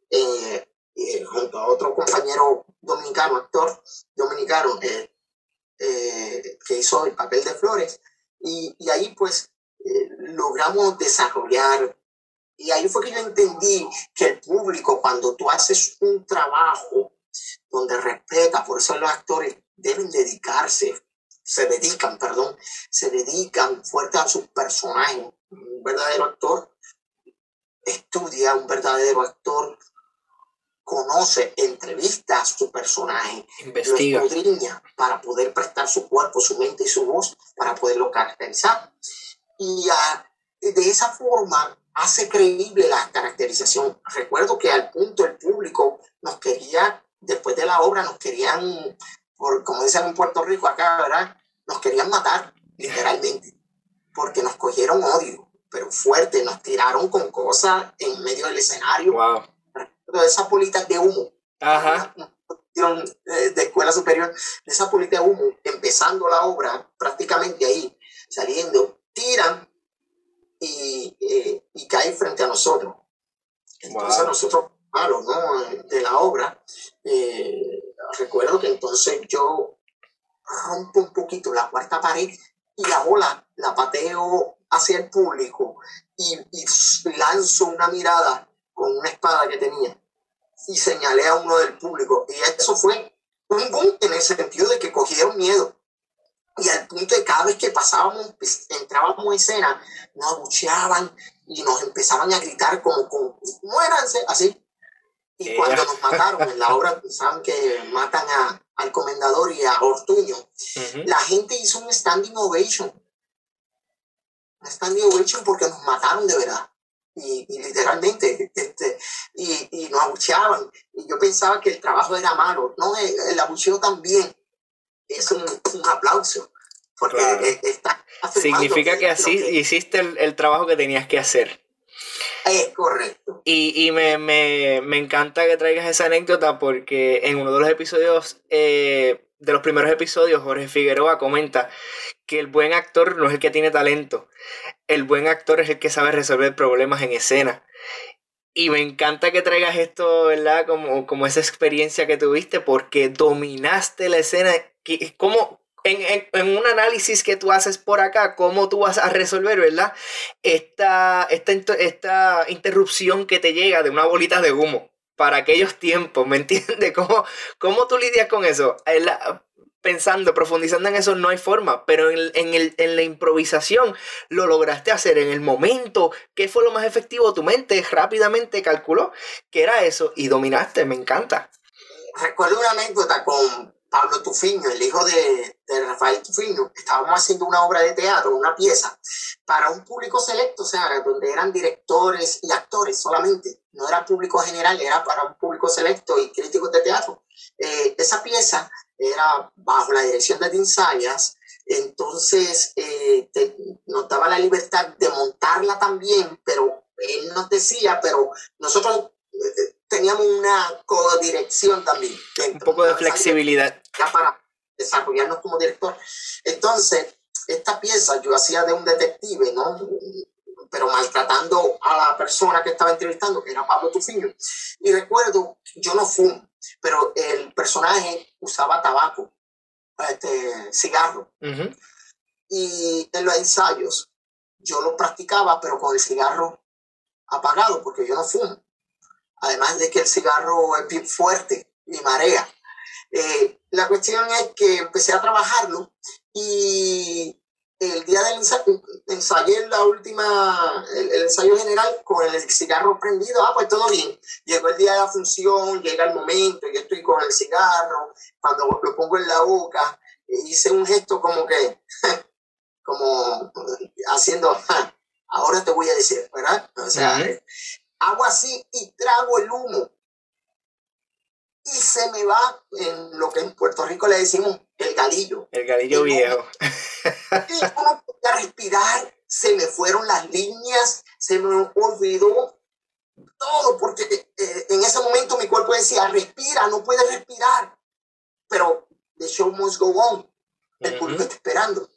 eh, eh, junto a otro compañero dominicano, actor dominicano, eh, eh, que hizo el papel de Flores, y, y ahí pues eh, logramos desarrollar, y ahí fue que yo entendí que el público, cuando tú haces un trabajo donde respeta, por eso los actores deben dedicarse, se dedican, perdón, se dedican fuerte a sus personajes. Un verdadero actor estudia, un verdadero actor conoce, entrevista a su personaje, investiga, lo escudriña para poder prestar su cuerpo, su mente y su voz para poderlo caracterizar. Y uh, de esa forma hace creíble la caracterización. Recuerdo que al punto el público nos quería, después de la obra, nos querían, por, como dicen en Puerto Rico acá, ¿verdad? Nos querían matar, literalmente, porque nos cogieron odio, pero fuerte, nos tiraron con cosas en medio del escenario. Wow. De esas bolitas de humo. Ajá. De escuela superior, de esa bolita de humo, empezando la obra, prácticamente ahí, saliendo, tiran y, eh, y caen frente a nosotros. Entonces wow. Nosotros, claro, ¿no? De la obra, eh, recuerdo que entonces yo rompo un poquito la cuarta pared y la bola la pateo hacia el público y, y lanzo una mirada con una espada que tenía y señalé a uno del público, y eso fue un boom en el sentido de que cogieron miedo, y al punto de cada vez que pasábamos, entrábamos en escena, nos abucheaban y nos empezaban a gritar como, como muéranse, así. Y yeah. Cuando nos mataron en la obra, saben que matan a, al comendador y a Ortuño, uh-huh. La gente hizo un standing ovation, un standing ovation porque nos mataron de verdad. Y, y literalmente, este, y, y nos abucheaban. Y yo pensaba que el trabajo era malo. No, el, el abucheo también es un, un aplauso. Porque claro. está significa que, que así que, hiciste el, el trabajo que tenías que hacer. Es correcto. Y, y me, me, me encanta que traigas esa anécdota porque en uno de los episodios, eh, de los primeros episodios, Jorge Figueroa comenta que el buen actor no es el que tiene talento. El buen actor es el que sabe resolver problemas en escena. Y me encanta que traigas esto, ¿verdad? Como, como esa experiencia que tuviste porque dominaste la escena. ¿Cómo, en, en, en un análisis que tú haces por acá, cómo tú vas a resolver, ¿verdad? Esta, esta, esta interrupción que te llega de una bolita de humo para aquellos tiempos, ¿me entiendes? ¿Cómo, cómo tú lidias con eso? La, pensando, profundizando en eso, no hay forma, pero en, en, el, en la improvisación lo lograste hacer en el momento. ¿Qué fue lo más efectivo? Tu mente rápidamente calculó que era eso y dominaste, me encanta. Recuerdo una anécdota con Pablo Tufiño, el hijo de, de Rafael Tufiño. Estábamos haciendo una obra de teatro, una pieza, para un público selecto, o sea, donde eran directores y actores solamente. No era público general, era para un público selecto y críticos de teatro. Eh, esa pieza era bajo la dirección de Dean Sayas, entonces eh, te, nos daba la libertad de montarla también, pero él nos decía, pero nosotros eh, teníamos una codirección también. Un poco de flexibilidad. Ya para desarrollarnos como director. Entonces, esta pieza yo hacía de un detective, ¿no? Pero maltratando a la persona que estaba entrevistando, que era Pablo Tufiño. Y recuerdo, yo no fumo, pero el personaje usaba tabaco, este, cigarro. Uh-huh. Y en los ensayos yo lo practicaba, pero con el cigarro apagado, porque yo no fumo. Además de que el cigarro es bien fuerte y marea. Eh, la cuestión es que empecé a trabajarlo y el día del ensayo, ensayé la última, el, el ensayo general con el cigarro prendido. Ah, pues todo bien. Llegó el día de la función, llega el momento, yo estoy con el cigarro, cuando lo pongo en la boca, hice un gesto como que, como haciendo, ahora te voy a decir, ¿verdad? O sea, uh-huh. Hago así y trago el humo. Y se me va en lo que en Puerto Rico le decimos el galillo. El galillo el viejo. Y yo no podía respirar, se me fueron las líneas, se me olvidó todo, porque eh, en ese momento mi cuerpo decía, respira, no puedes respirar. Pero the show must go on. El uh-huh. público está esperando.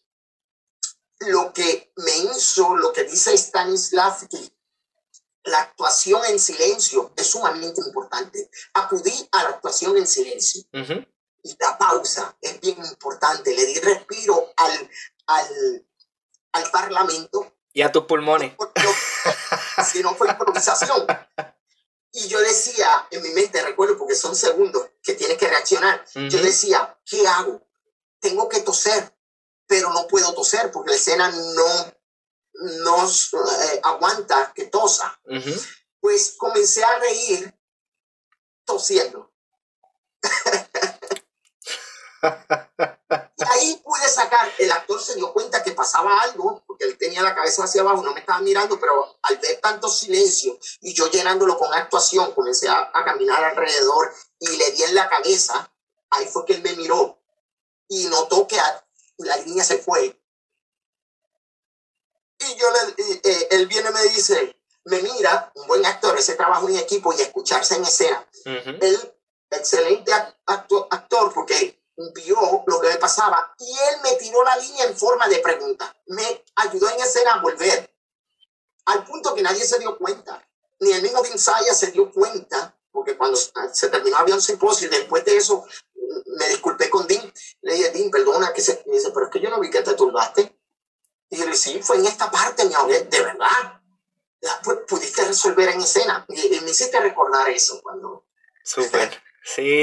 Lo que me hizo, lo que dice Stanislavski, la actuación en silencio es sumamente importante. Acudí a la actuación en silencio. Uh-huh. Y la pausa es bien importante. Le di respiro al, al, al parlamento. Y a tus pulmones. Si no fue improvisación. Y yo decía, en mi mente, recuerdo, porque son segundos que tienes que reaccionar. Uh-huh. Yo decía, ¿qué hago? Tengo que toser, pero no puedo toser porque la escena no, no eh, aguanta que tosa. Uh-huh. Pues comencé a reír tosiendo. Y ahí pude sacar, el actor se dio cuenta que pasaba algo, porque él tenía la cabeza hacia abajo, no me estaba mirando, pero al ver tanto silencio y yo llenándolo con actuación, comencé a, a caminar alrededor y le di en la cabeza. Ahí fue que él me miró y notó que a, la línea se fue. Y yo le, y, eh, él viene y me dice, me mira, un buen actor, ese trabajo en equipo y escucharse en escena. Uh-huh. Él, excelente actor, actor, porque vio lo que me pasaba y él me tiró la línea en forma de pregunta. Me ayudó en escena a volver. Al punto que nadie se dio cuenta. Ni el mismo Dean Zaya se dio cuenta, porque cuando se terminó había un simposio y después de eso me disculpé con Dean. Le dije, Dean, perdona, que se... me dice, pero es que yo no vi que te turbaste. Y yo le dije, sí, fue en esta parte, me ahogué, de verdad. Pudiste resolver en escena. Y, y me hiciste recordar eso cuando... Súper. Sí,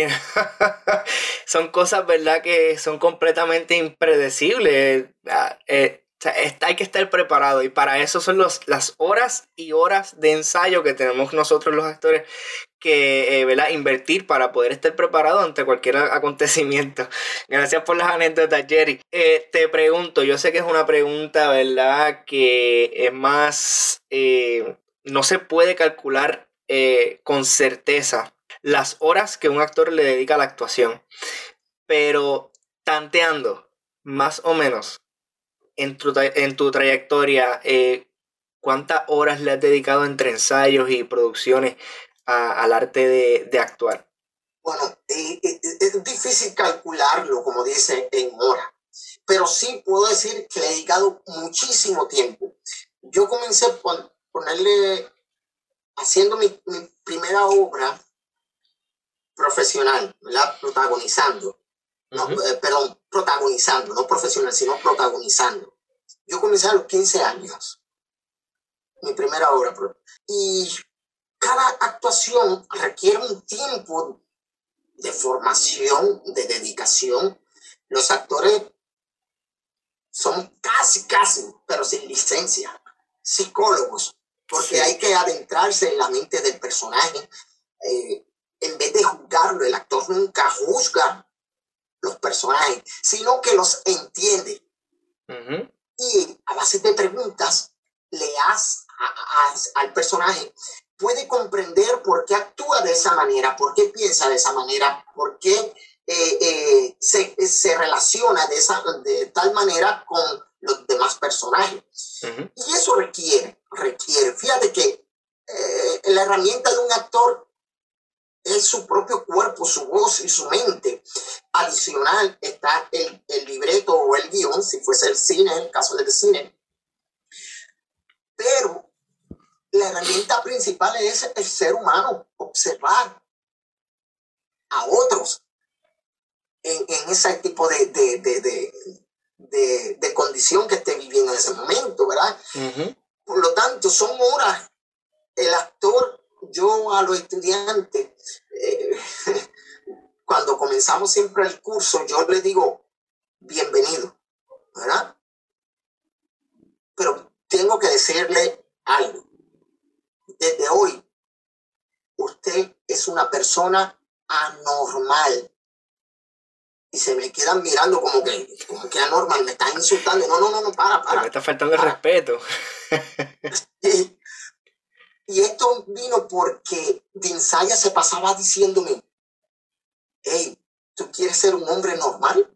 son cosas, ¿verdad?, que son completamente impredecibles. Eh, o sea, hay que estar preparado y para eso son los, las horas y horas de ensayo que tenemos nosotros los actores que, eh, ¿verdad?, invertir para poder estar preparado ante cualquier acontecimiento. Gracias por las anécdotas, Jerry. Eh, te pregunto, yo sé que es una pregunta, ¿verdad?, que es más, eh, no se puede calcular eh, con certeza las horas que un actor le dedica a la actuación, pero tanteando más o menos en tu, en tu trayectoria, eh, ¿cuántas horas le has dedicado entre ensayos y producciones a, al arte de, de actuar? Bueno, eh, eh, es difícil calcularlo, como dice, en horas, pero sí puedo decir que le he dedicado muchísimo tiempo. Yo comencé por ponerle, haciendo mi, mi primera obra profesional, ¿verdad? Protagonizando. No, uh-huh. eh, perdón, protagonizando, no profesional, sino protagonizando. Yo comencé a los quince años, mi primera obra. Y cada actuación requiere un tiempo de formación, de dedicación. Los actores son casi, casi, pero sin licencia, psicólogos, porque sí. Hay que adentrarse en la mente del personaje. Eh, en vez de juzgarlo, el actor nunca juzga los personajes, sino que los entiende. Uh-huh. Y a base de preguntas, le hace a, a, al personaje, puede comprender por qué actúa de esa manera, por qué piensa de esa manera, por qué eh, eh, se, se relaciona de, esa, de tal manera con los demás personajes. Uh-huh. Y eso requiere, requiere. Fíjate que eh, la herramienta de un actor es su propio cuerpo, su voz y su mente. Adicional está el, el libreto o el guión, si fuese el cine, en el caso del cine. Pero la herramienta principal es el ser humano, observar a otros en, en ese tipo de, de, de, de, de, de condición que esté viviendo en ese momento, ¿verdad? Uh-huh. Por lo tanto, son horas. El actor, yo a los estudiantes, eh, cuando comenzamos siempre el curso, yo les digo, bienvenido, ¿verdad? Pero tengo que decirle algo. Desde hoy, usted es una persona anormal. Y se me quedan mirando como que, como que anormal, me están insultando. No, no, no, no, para, para. Me está faltando el respeto. Y, y esto vino porque Dean Zaya se pasaba diciéndome, hey, ¿tú quieres ser un hombre normal?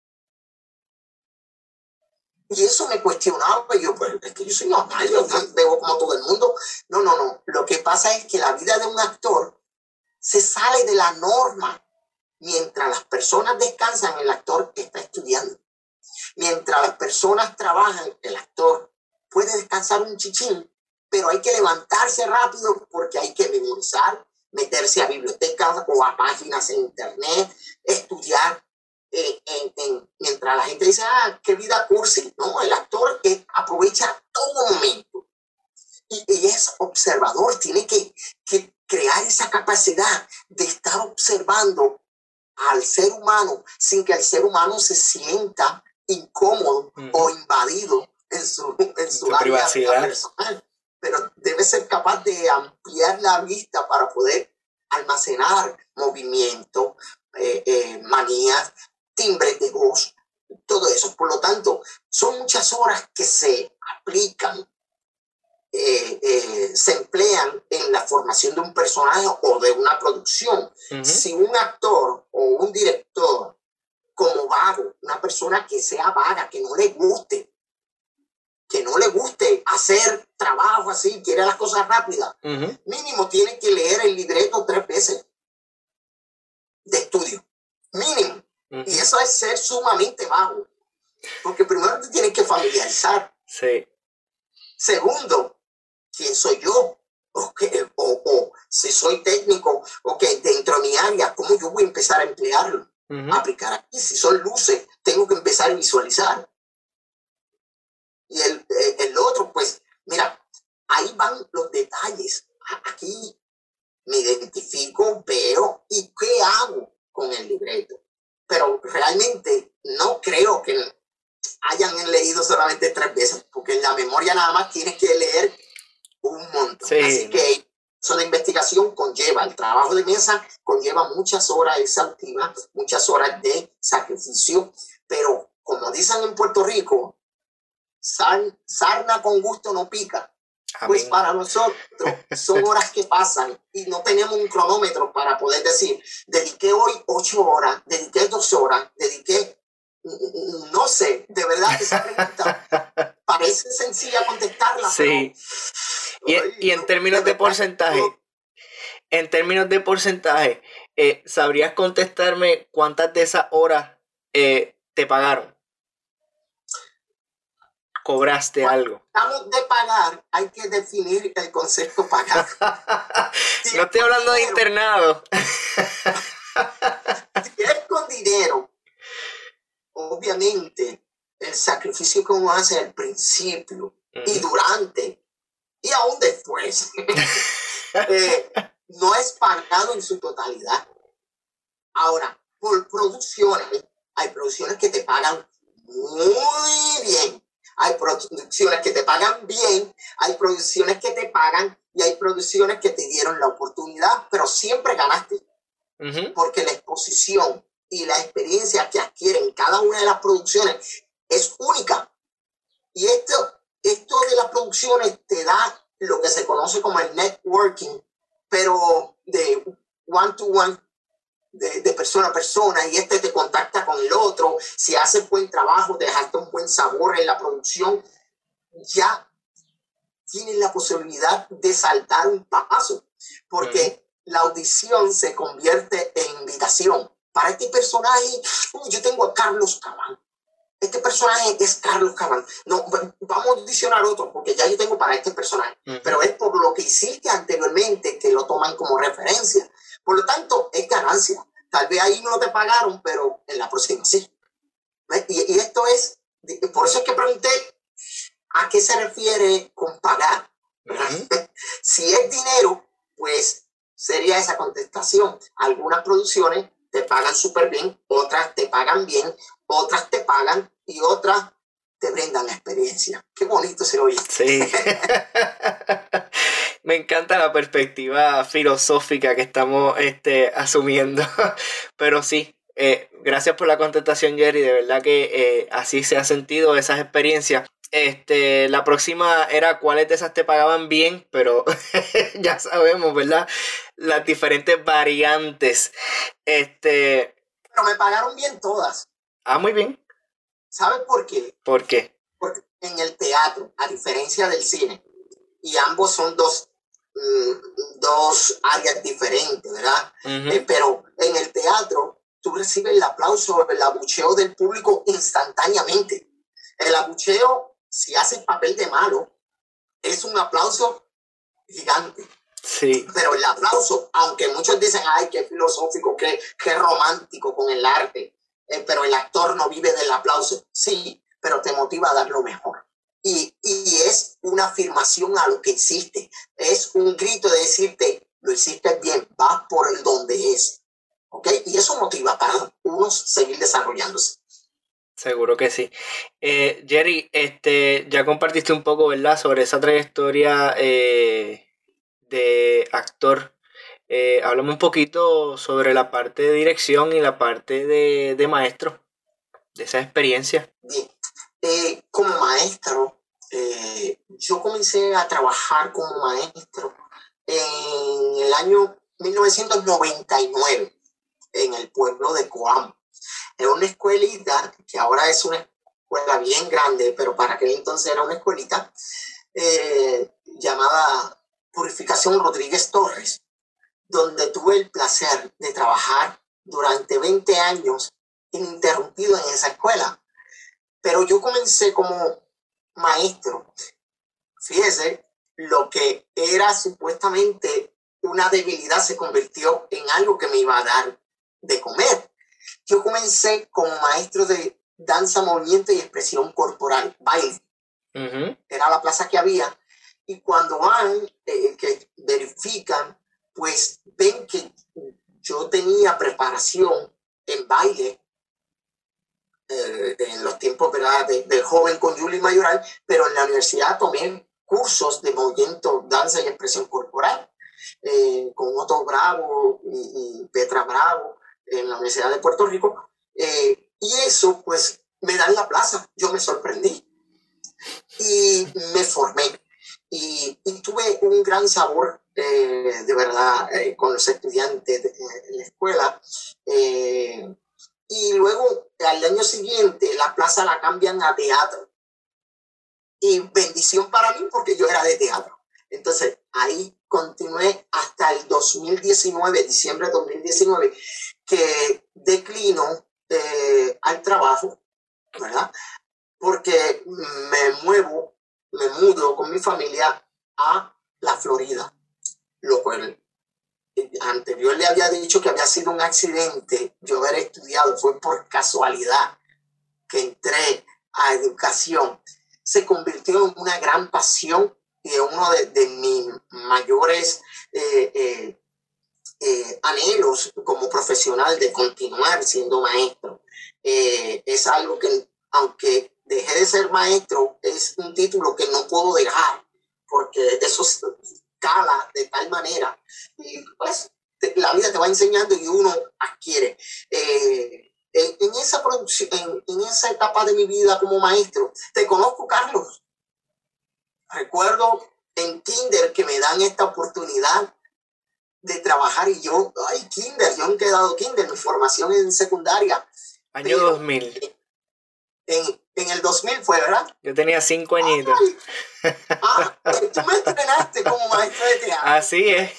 Y eso me cuestionaba, y yo, pues, es que yo soy normal, yo veo como todo el mundo. No, no, no. Lo que pasa es que la vida de un actor se sale de la norma. Mientras las personas descansan, el actor está estudiando. Mientras las personas trabajan, el actor puede descansar un chichín, pero hay que levantarse rápido porque hay que memorizar, meterse a bibliotecas o a páginas en internet, estudiar. Eh, en, en, mientras la gente dice, ah, qué vida cursi, ¿no? El actor eh, aprovecha todo momento y, y es observador, tiene que, que crear esa capacidad de estar observando al ser humano sin que el ser humano se sienta incómodo uh-huh. o invadido en su, en su, su área privacidad personal, pero debe ser capaz de ampliar la vista para poder almacenar movimiento, eh, eh, manías, timbres de voz, todo eso. Por lo tanto, son muchas horas que se aplican, eh, eh, se emplean en la formación de un personaje o de una producción. Uh-huh. Si un actor o un director como vago, una persona que sea vaga, que no le guste, que no le guste hacer trabajo así, quiere las cosas rápidas, uh-huh. mínimo tiene que leer el libreto tres veces de estudio, mínimo. Uh-huh. Y eso es ser sumamente vago, porque primero te tienes que familiarizar. Sí. Segundo, ¿quién soy yo? O, que, o, o si soy técnico, ok, dentro de mi área, ¿cómo yo voy a empezar a emplearlo? Uh-huh. A aplicar aquí. Si son luces, tengo que empezar a visualizar. Y el, el otro, pues, mira, ahí van los detalles. Aquí me identifico, veo y qué hago con el libreto. Pero realmente no creo que hayan leído solamente tres veces, porque en la memoria nada más tienes que leer un montón. Sí. Así que eso de investigación conlleva, el trabajo de mesa conlleva muchas horas exhaustivas, muchas horas de sacrificio, pero como dicen en Puerto Rico, sar, sarna con gusto no pica. Amén. Pues para nosotros son horas que pasan y no tenemos un cronómetro para poder decir, dediqué hoy ocho horas, dediqué dos horas, dediqué, no sé, de verdad que esa pregunta parece sencilla contestarla. Sí. Pero, y, y en términos de, de porcentaje, en términos de porcentaje, eh, ¿sabrías contestarme cuántas de esas horas eh, te pagaron? ¿Cobraste Cuando algo? Estamos de pagar, hay que definir el concepto pagar. Si no estoy hablando dinero, de internado. Si es con dinero, obviamente el sacrificio que uno hace al principio uh-huh. y durante y aún después eh, no es pagado en su totalidad. Ahora, por producciones, hay producciones que te pagan muy bien. Hay producciones que te pagan bien, hay producciones que te pagan y hay producciones que te dieron la oportunidad, pero siempre ganaste. Uh-huh. Porque la exposición y la experiencia que adquieren cada una de las producciones es única. Y esto, esto de las producciones te da lo que se conoce como el networking, pero de one to one. De, de persona a persona, y este te contacta con el otro. Si haces buen trabajo, dejaste un buen sabor en la producción, ya tienes la posibilidad de saltar un paso, porque uh-huh. la audición se convierte en invitación. Para este personaje, uh, yo tengo a Carlos Cabán. Este personaje es Carlos Cabán. No, vamos a audicionar otro, porque ya yo tengo para este personaje. Uh-huh. Pero es por lo que hiciste anteriormente que lo toman como referencia. Por lo tanto, es ganancia. Tal vez ahí no te pagaron, pero en la próxima sí. Y, y esto es, por eso es que pregunté a qué se refiere con pagar. Uh-huh. Si es dinero, pues sería esa contestación. Algunas producciones te pagan súper bien, otras te pagan bien, otras te pagan y otras te brindan experiencia. Qué bonito se oye. Sí. Me encanta la perspectiva filosófica que estamos este, asumiendo. Pero sí, eh, gracias por la contestación, Jerry. De verdad que eh, así se ha sentido esas experiencias. Este, la próxima era cuáles de esas te pagaban bien, pero ya sabemos, ¿verdad? Las diferentes variantes. Este... Pero me pagaron bien todas. Ah, muy bien. ¿Sabes por qué? ¿Por qué? Porque en el teatro, a diferencia del cine, y ambos son dos, mm, dos áreas diferentes, ¿verdad? Uh-huh. Eh, pero en el teatro, tú recibes el aplauso, el abucheo del público instantáneamente. El abucheo, si haces papel de malo, es un aplauso gigante. Sí. Pero el aplauso, aunque muchos dicen, ay, qué filosófico, qué, qué romántico con el arte, eh, pero el actor no vive del aplauso. Sí, pero te motiva a dar lo mejor. Y, y es una afirmación a lo que hiciste. Es un grito de decirte, lo hiciste bien, vas por el donde es. ¿Ok? Y eso motiva para uno seguir desarrollándose. Seguro que sí. Eh, Jerry, este, ya compartiste un poco, ¿verdad?, sobre esa trayectoria eh, de actor. Eh, háblame un poquito sobre la parte de dirección y la parte de, de maestro, de esa experiencia. Bien. Eh, como maestro, eh, yo comencé a trabajar como maestro en el año mil novecientos noventa y nueve en el pueblo de Coamo. Era una escuelita que ahora es una escuela bien grande, pero para aquel entonces era una escuelita eh, llamada Purificación Rodríguez Torres, donde tuve el placer de trabajar durante veinte años ininterrumpido en esa escuela. Pero yo comencé como maestro. Fíjese, lo que era supuestamente una debilidad se convirtió en algo que me iba a dar de comer. Yo comencé como maestro de danza, movimiento y expresión corporal, baile. Uh-huh. Era la plaza que había. Y cuando van, eh, que verifican, pues ven que yo tenía preparación en baile, eh, en los tiempos, ¿verdad?, de, de joven con Julie Mayoral, pero en la universidad tomé cursos de movimiento, danza y expresión corporal, eh, con Otto Bravo y, y Petra Bravo, en la Universidad de Puerto Rico, eh, y eso pues me da en la plaza. Yo me sorprendí y me formé y, y tuve un gran sabor eh, de verdad eh, con los estudiantes de, de la escuela, eh, y luego al año siguiente la plaza la cambian a teatro y bendición para mí porque yo era de teatro. Entonces ahí continué hasta el dos mil diecinueve, diciembre de dos mil diecinueve, que declino eh, al trabajo, ¿verdad? Porque me muevo, me mudo con mi familia a la Florida, lo cual anterior le había dicho que había sido un accidente, yo haber estudiado, fue por casualidad que entré a educación, se convirtió en una gran pasión y en uno de, de mis mayores eh, eh, eh, anhelos como profesional de continuar siendo maestro. Eh, es algo que, aunque dejé de ser maestro, es un título que no puedo dejar, porque eso cala de tal manera. Y pues te, la vida te va enseñando y uno adquiere. Eh, en, en, esa producción, en, en esa etapa de mi vida como maestro, te conozco, Carlos. Recuerdo en kinder que me dan esta oportunidad de trabajar y yo, ay, kinder, yo nunca he dado kinder, mi formación en secundaria. Año pero, dos mil. En, en el dos mil fue, ¿verdad? Yo tenía cinco añitos. Ay, ah, tú me entrenaste como maestro de teatro. Así es.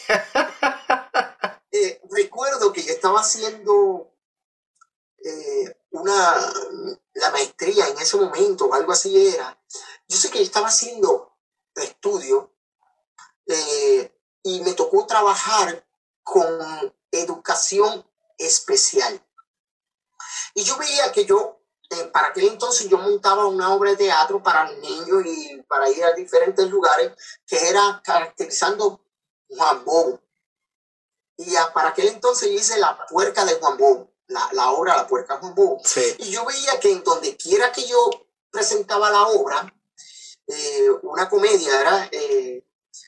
eh, recuerdo que yo estaba haciendo eh, una, la maestría en ese momento, o algo así era. Yo sé que yo estaba haciendo estudio eh, y me tocó trabajar con educación especial. Y yo veía que yo, eh, para aquel entonces yo montaba una obra de teatro para niños y para ir a diferentes lugares, que era caracterizando Juan Bobo. Y a, para aquel entonces yo hice La Puerca de Juan Bobo, la, la obra La Puerca de Juan Bobo. Sí. Y yo veía que en donde quiera que yo presentaba la obra, eh, una comedia era... Eh,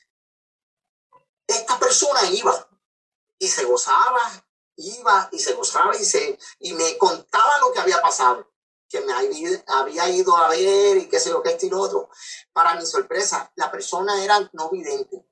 esta persona iba y se gozaba, iba y se gozaba y, se, y me contaba lo que había pasado, que me había ido a ver y qué sé yo, qué esto y lo otro. Para mi sorpresa, la persona era no vidente.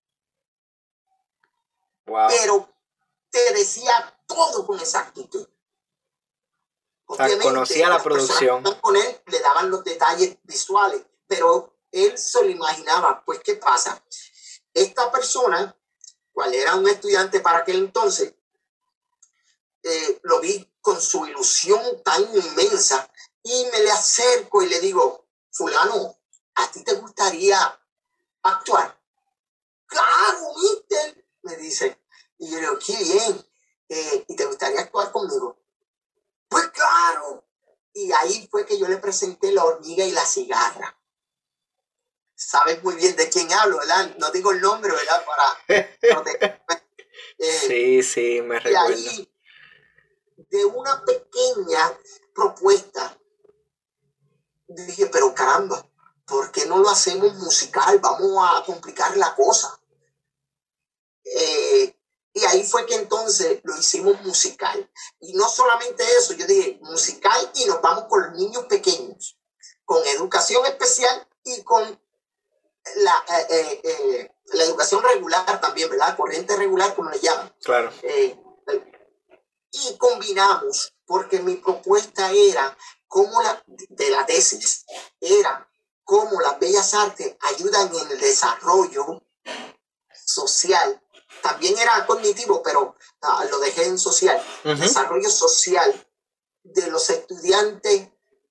Wow. Pero te decía todo con exactitud. Obviamente, o sea, conocía la producción. Con él le daban los detalles visuales, pero él se lo imaginaba. Pues, ¿qué pasa? Esta persona, cual era un estudiante para aquel entonces, eh, lo vi con su ilusión tan inmensa y me le acerco y le digo, fulano, ¿a ti te gustaría actuar? claro, mister, me dice. Y yo le digo, qué bien, eh, ¿y te gustaría actuar conmigo? Pues claro. Y ahí fue que yo le presenté La hormiga y la cigarra. Sabes muy bien de quién hablo, ¿verdad? No digo el nombre, ¿verdad? Para proteger. Eh, sí, sí, me recuerdo. Y ahí, de una pequeña propuesta, dije, pero caramba, ¿por qué no lo hacemos musical? Vamos a complicar la cosa. Eh, y ahí fue que entonces lo hicimos musical. Y no solamente eso, yo dije musical y nos vamos con los niños pequeños, con educación especial y con la, eh, eh, eh, la educación regular también, ¿verdad? Corriente regular, como le llaman. Claro. Eh, y combinamos, porque mi propuesta era, como la, de la tesis, era cómo las bellas artes ayudan en el desarrollo social. También era cognitivo, pero uh, lo dejé en social. Uh-huh. Desarrollo social de los estudiantes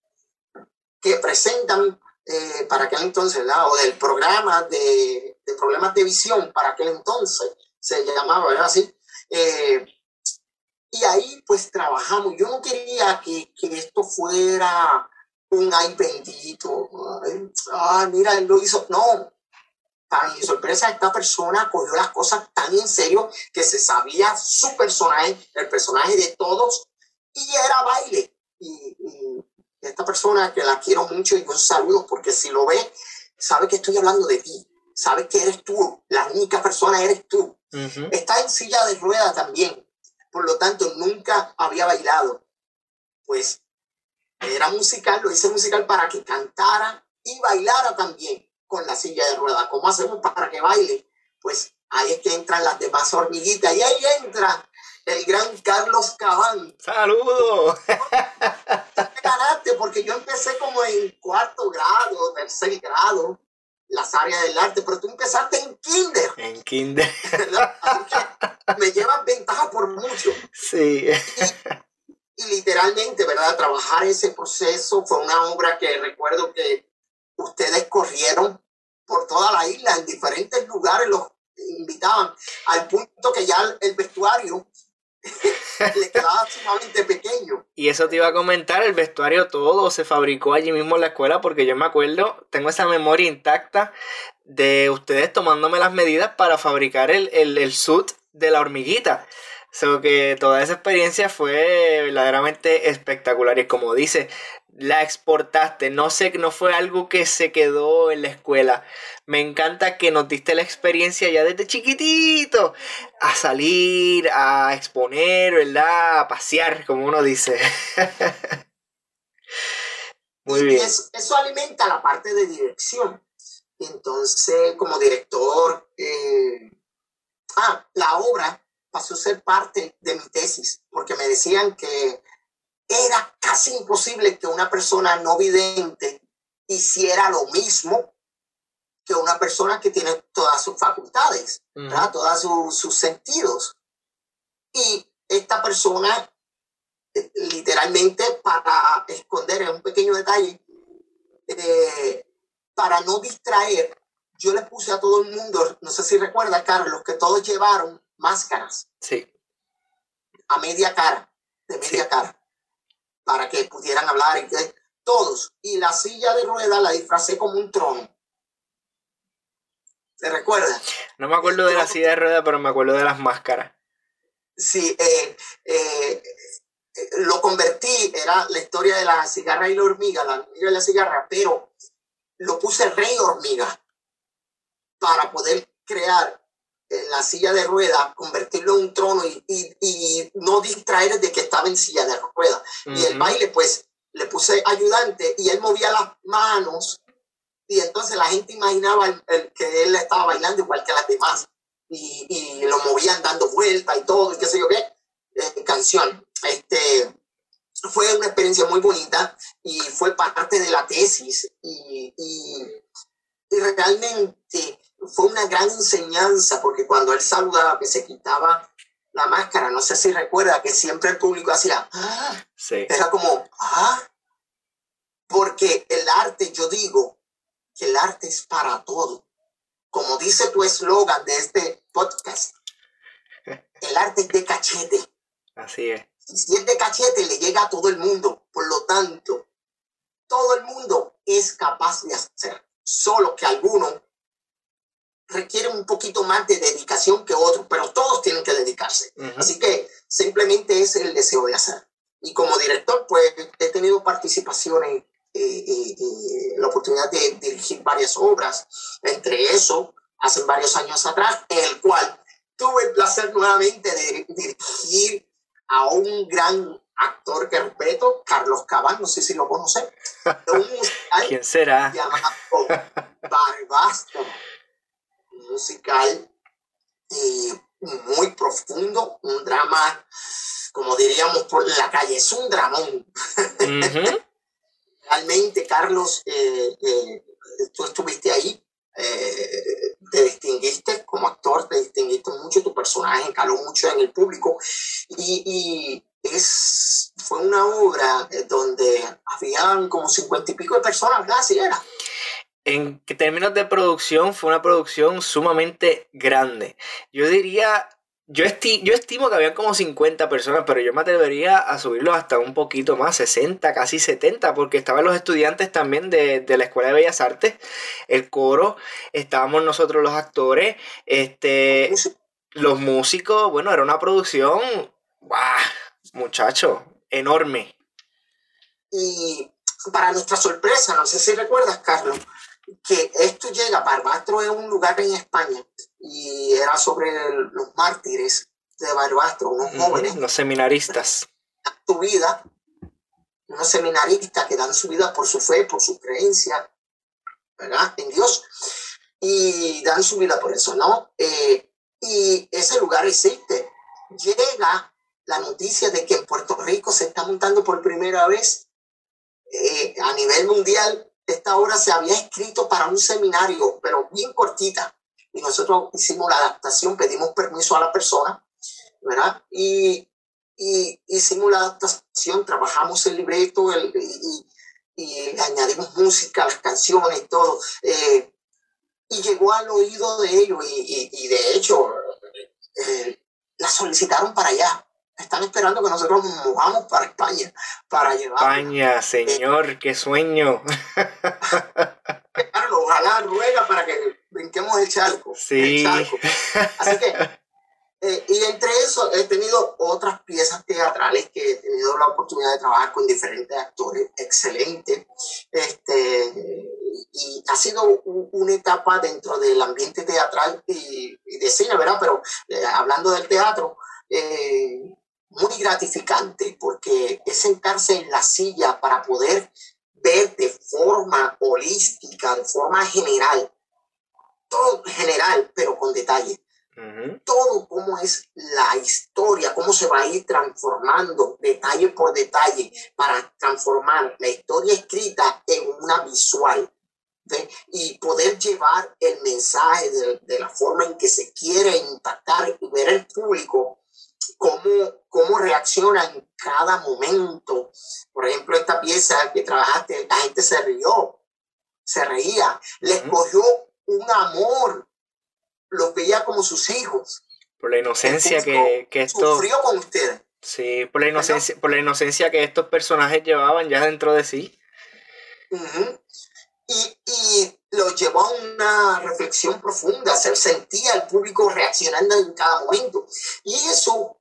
que presentan eh, para aquel entonces, ¿verdad? O del programa de, de problemas de visión para aquel entonces, se llamaba, ¿verdad? Así. Eh, y ahí pues trabajamos. Yo no quería que, que esto fuera un ay bendito. Ay, ah, mira, él lo hizo. No. Para mi sorpresa, esta persona cogió las cosas tan en serio que se sabía su personaje, el personaje de todos, y era baile. Y, y esta persona, que la quiero mucho, y un saludo, porque si lo ve, sabe que estoy hablando de ti, sabe que eres tú, la única persona eres tú. Uh-huh. Está en silla de ruedas también, por lo tanto, nunca había bailado. Pues era musical, lo hice musical para que cantara y bailara también con la silla de ruedas. ¿Cómo hacemos para que baile? Pues ahí es que entran las demás hormiguitas y ahí entra el gran Carlos Cabán. ¡Saludos! Ya te ganaste, porque yo empecé como en cuarto grado, tercer grado, las áreas del arte, pero tú empezaste en kinder. En kinder. Así que me llevas ventaja por mucho. Sí. Y, y literalmente, ¿verdad? Trabajar ese proceso fue una obra que recuerdo que ustedes corrieron por toda la isla, en diferentes lugares los invitaban, al punto que ya el vestuario le quedaba sumamente pequeño. Y eso te iba a comentar, el vestuario todo se fabricó allí mismo en la escuela, porque yo me acuerdo, tengo esa memoria intacta de ustedes tomándome las medidas para fabricar el, el, el suit de la hormiguita. So que toda esa experiencia fue verdaderamente espectacular. Y como dice, la exportaste. No sé, no fue algo que se quedó en la escuela. Me encanta que nos diste la experiencia ya desde chiquitito. A salir, a exponer, ¿verdad? A pasear, como uno dice. Muy y bien. Eso, eso alimenta la parte de dirección. Entonces, como director, eh... ah, la obra pasó a ser parte de mi tesis, porque me decían que era casi imposible que una persona no vidente hiciera lo mismo que una persona que tiene todas sus facultades, uh-huh. ¿verdad? Todos su, sus sentidos. Y esta persona, literalmente, para esconder, es un pequeño detalle, eh, para no distraer, yo le puse a todo el mundo, no sé si recuerdas, Carlos, que todos llevaron máscaras. Sí. A media cara, de media sí. cara, para que pudieran hablar, y que, todos. Y la silla de ruedas la disfracé como un trono. ¿Te recuerdas? No me acuerdo de la silla de ruedas, pero me acuerdo de las máscaras. Sí, eh, eh, eh, lo convertí, era la historia de la cigarra y la hormiga, la hormiga y la cigarra, pero lo puse rey hormiga para poder crear en la silla de ruedas, convertirlo en un trono y, y, y no distraer de que estaba en silla de ruedas. Uh-huh. Y el baile, pues, le puse ayudante y él movía las manos y entonces la gente imaginaba el, el, que él estaba bailando igual que las demás. Y, y lo movían dando vueltas y todo, y qué sé yo qué, eh, canción. Este, fue una experiencia muy bonita y fue parte de la tesis y, y, y realmente fue una gran enseñanza, porque cuando él saludaba, que se quitaba la máscara, no sé si recuerda que siempre el público hacía, ah, sí. Era como, ah, porque el arte, yo digo que el arte es para todo. como dice tu eslogan de este podcast, el arte es de cachete. Así es. Si es de cachete, le llega a todo el mundo. Por lo tanto, todo el mundo es capaz de hacer. Solo que algunos requieren un poquito más de dedicación que otros, pero todos tienen que dedicarse. Uh-huh. Así que simplemente es el deseo de hacer. Y como director, pues he tenido participaciones, eh, eh, eh, la oportunidad de dirigir varias obras, entre eso, hace varios años atrás, en el cual tuve el placer nuevamente de dirigir a un gran actor que respeto, Carlos Cabán, no sé si lo conocen. Un musical ¿Quién será? Llamado Barbastro. Un musical eh, muy profundo, un drama, como diríamos por la calle, es un dramón. Uh-huh. Realmente, Carlos, eh, eh, tú estuviste ahí. Eh, te distinguiste como actor, te distinguiste mucho, tu personaje caló mucho en el público y, y es, fue una obra donde habían como cincuenta y pico de personas, ¿verdad? Así era. En términos de producción, fue una producción sumamente grande. Yo diría, yo, esti- yo estimo que habían como cincuenta personas, pero yo me atrevería a subirlo hasta un poquito más, sesenta, casi setenta, porque estaban los estudiantes también de, de la Escuela de Bellas Artes, el coro, estábamos nosotros los actores, este, los músicos. Bueno, era una producción, ¡guau! Muchacho, enorme. Y para nuestra sorpresa, no sé si recuerdas, Carlos, que esto llega, Barbastro es un lugar en España y era sobre el, los mártires de Barbastro, unos uh-huh, jóvenes. Los seminaristas. Su vida, unos seminaristas que dan su vida por su fe, por su creencia, ¿verdad? En Dios, y dan su vida por eso, ¿no? Eh, y ese lugar existe. Llega la noticia de que en Puerto Rico se está montando por primera vez eh, a nivel mundial. Esta obra se había escrito para un seminario, pero bien cortita. Y nosotros hicimos la adaptación, pedimos permiso a la persona, ¿verdad? Y, y hicimos la adaptación, trabajamos el libreto el, y, y le añadimos música a las canciones y todo. Eh, y llegó al oído de ellos y, y, y de hecho eh, la solicitaron para allá. Están esperando que nosotros nos movamos para España para llevar. España, señor, eh, qué sueño. Claro, ojalá ruega para que brinquemos el charco. Sí. El charco. Así que, eh, y entre eso he tenido otras piezas teatrales que he tenido la oportunidad de trabajar con diferentes actores excelentes. Este, y ha sido un, una etapa dentro del ambiente teatral y, y de cine, ¿verdad? Pero eh, hablando del teatro, eh, muy gratificante porque es sentarse en la silla para poder ver de forma holística, de forma general, todo general, pero con detalle. Uh-huh. Todo cómo es la historia, cómo se va a ir transformando detalle por detalle para transformar la historia escrita en una visual. ¿Ve? Y poder llevar el mensaje de, de la forma en que se quiere impactar y ver el público Cómo, cómo reacciona en cada momento. Por ejemplo, esta pieza que trabajaste, la gente se rió, se reía, uh-huh. Les cogió un amor, los veía como sus hijos. Por la inocencia que, que esto... Sufrió con ustedes. Sí, por la inocencia, por la inocencia que estos personajes llevaban ya dentro de sí. Uh-huh. Y, y lo llevó a una reflexión profunda, se sentía el público reaccionando en cada momento. Y eso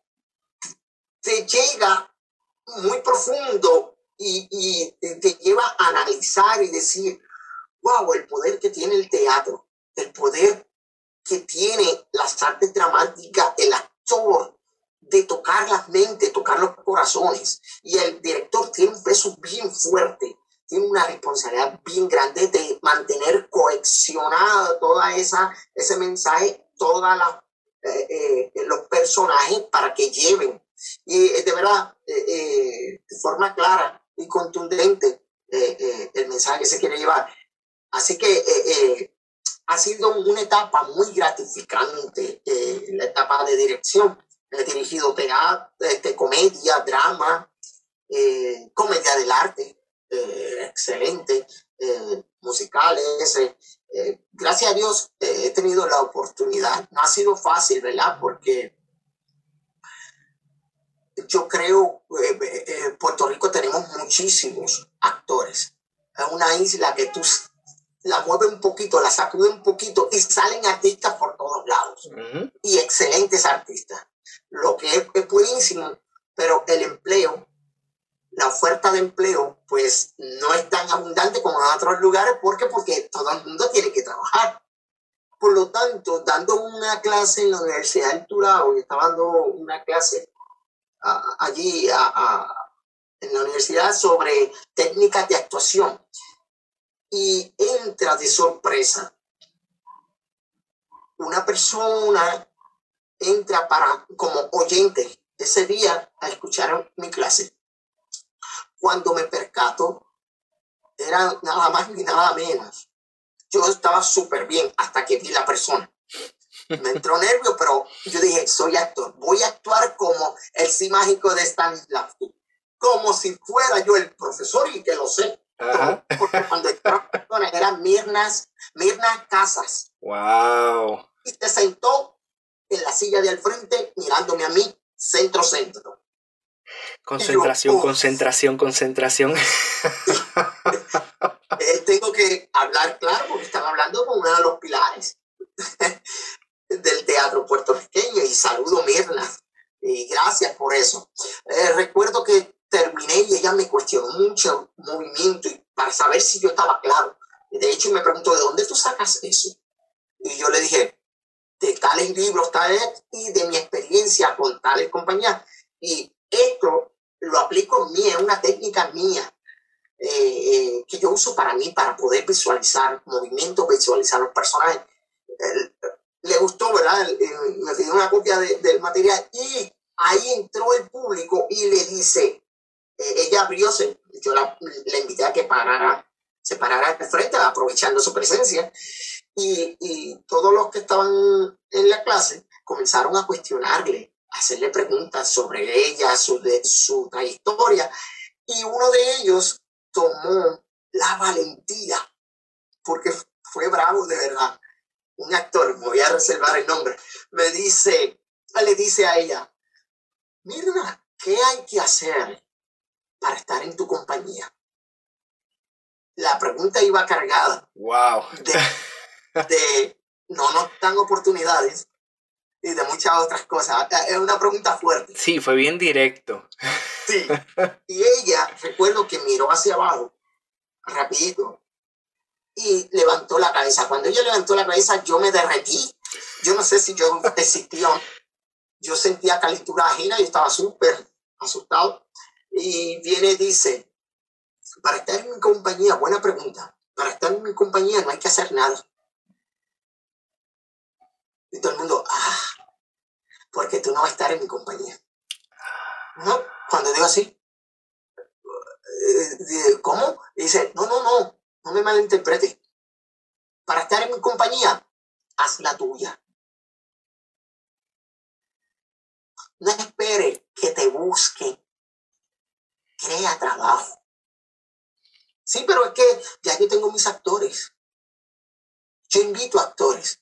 te llega muy profundo y, y te lleva a analizar y decir, wow, el poder que tiene el teatro, el poder que tiene las artes dramáticas, el actor, de tocar las mentes, tocar los corazones. Y el director tiene un peso bien fuerte, tiene una responsabilidad bien grande de mantener cohesionado toda esa, ese mensaje, todos eh, eh, los personajes para que lleven. Y eh, de verdad, eh, eh, de forma clara y contundente, eh, eh, el mensaje que se quiere llevar. Así que eh, eh, ha sido una etapa muy gratificante, eh, la etapa de dirección. He dirigido teatro, este, comedia, drama, eh, comedia del arte, eh, excelente, eh, musicales. Eh, eh, gracias a Dios eh, he tenido la oportunidad. No ha sido fácil, ¿verdad? Porque yo creo que eh, eh, en Puerto Rico tenemos muchísimos actores. Es una isla que tú la mueves un poquito, la sacudes un poquito y salen artistas por todos lados. Uh-huh. Y excelentes artistas. Lo que es, es buenísimo, pero el empleo, la oferta de empleo, pues no es tan abundante como en otros lugares. ¿Por qué? Porque todo el mundo tiene que trabajar. Por lo tanto, dando una clase en la Universidad del Turabo, y estaba dando una clase uh, allí uh, uh, en la universidad sobre técnicas de actuación, y entra de sorpresa una persona, entra para como oyente ese día a escuchar mi clase. Cuando me percato, era nada más ni nada menos. Yo estaba súper bien hasta que vi la persona. Me entró nervio, pero yo dije, soy actor. Voy a actuar como el sí mágico de Stanislavski. Como si fuera yo el profesor y que lo sé. Ajá. Porque cuando entró la persona era Mirna, Mirna Casas. Wow. Y se sentó en la silla de al frente mirándome a mí, centro-centro. Concentración, yo, concentración, concentración. eh, tengo que hablar claro porque están hablando con uno de los pilares del teatro puertorriqueño, y saludo Mirna y gracias por eso. Eh, recuerdo que terminé y ella me cuestionó mucho movimiento y para saber si yo estaba claro. De hecho me preguntó, ¿de dónde tú sacas eso? Y yo le dije, de tales libros, tales, y de mi experiencia con tales compañías. Y esto lo aplico en mí, es una técnica mía eh, eh, que yo uso para mí, para poder visualizar movimientos, visualizar los personajes. Eh, le gustó, ¿verdad? Eh, me pidió una copia de, del material y ahí entró el público y le dice, eh, ella abrió, se, yo la, la invité a que parara, se parara de frente, aprovechando su presencia. Y, y todos los que estaban en la clase comenzaron a cuestionarle, a hacerle preguntas sobre ella, su, de, su trayectoria. Y uno de ellos tomó la valentía, porque fue bravo de verdad. Un actor, me voy a reservar el nombre, me dice, le dice a ella, Mirna, ¿qué hay que hacer para estar en tu compañía? La pregunta iba cargada. Wow. De, de no nos dan oportunidades y de muchas otras cosas. Es una pregunta fuerte. Sí, fue bien directo. Sí. Y ella, recuerdo que miró hacia abajo, rapidito, y levantó la cabeza. Cuando ella levantó la cabeza, yo me derretí. Yo no sé si yo existía. Yo sentía calentura ajena, yo estaba súper asustado. Y viene y dice, para estar en mi compañía, buena pregunta, para estar en mi compañía no hay que hacer nada. Y todo el mundo, ah, porque tú no vas a estar en mi compañía. ¿No? Cuando digo así, ¿cómo? Y dice, no, no, no, no me malinterpretes. Para estar en mi compañía, haz la tuya. No esperes que te busquen. Crea trabajo. Sí, pero es que ya yo tengo mis actores. Yo invito a actores.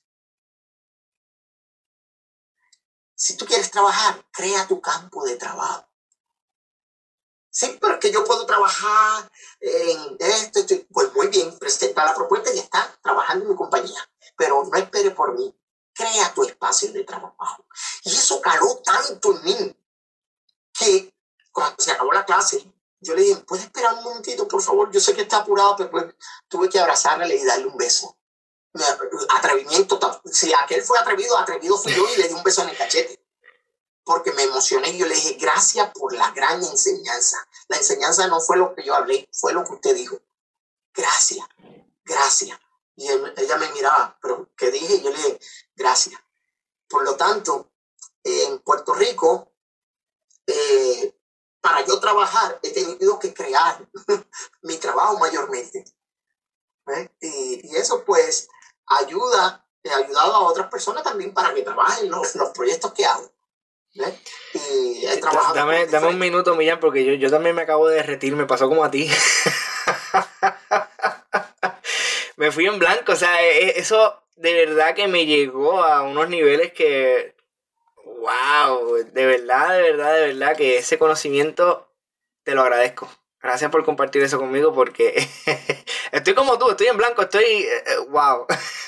Si tú quieres trabajar, crea tu campo de trabajo. Sí, pero es que yo puedo trabajar en esto, esto. Pues muy bien, presenta la propuesta y ya está trabajando en mi compañía. Pero no espere por mí. Crea tu espacio de trabajo. Y eso caló tanto en mí que cuando se acabó la clase, yo le dije, ¿puedes esperar un momentito, por favor? Yo sé que está apurado, pero pues, tuve que abrazarle y darle un beso. Atrevimiento, si aquel fue atrevido, atrevido fui yo y le di un beso en el cachete. Porque me emocioné y yo le dije, gracias por la gran enseñanza. La enseñanza no fue lo que yo hablé, fue lo que usted dijo. Gracias, gracias. Y él, ella me miraba, ¿pero qué dije? Y yo le dije, gracias. Por lo tanto, eh, en Puerto Rico, eh, para yo trabajar, he tenido que crear mi trabajo mayormente. ¿Eh? Y, y eso pues ayuda, he ayudado a otras personas también para que trabajen los, los proyectos que hago. ¿Eh? Y he trabajado dame, dame un minuto, Millán, porque yo, yo también me acabo de derretir, me pasó como a ti. me fui en blanco, o sea, eso de verdad que me llegó a unos niveles que, wow, de verdad, de verdad, de verdad que ese conocimiento te lo agradezco. Gracias por compartir eso conmigo porque estoy como tú, estoy en blanco, estoy, wow.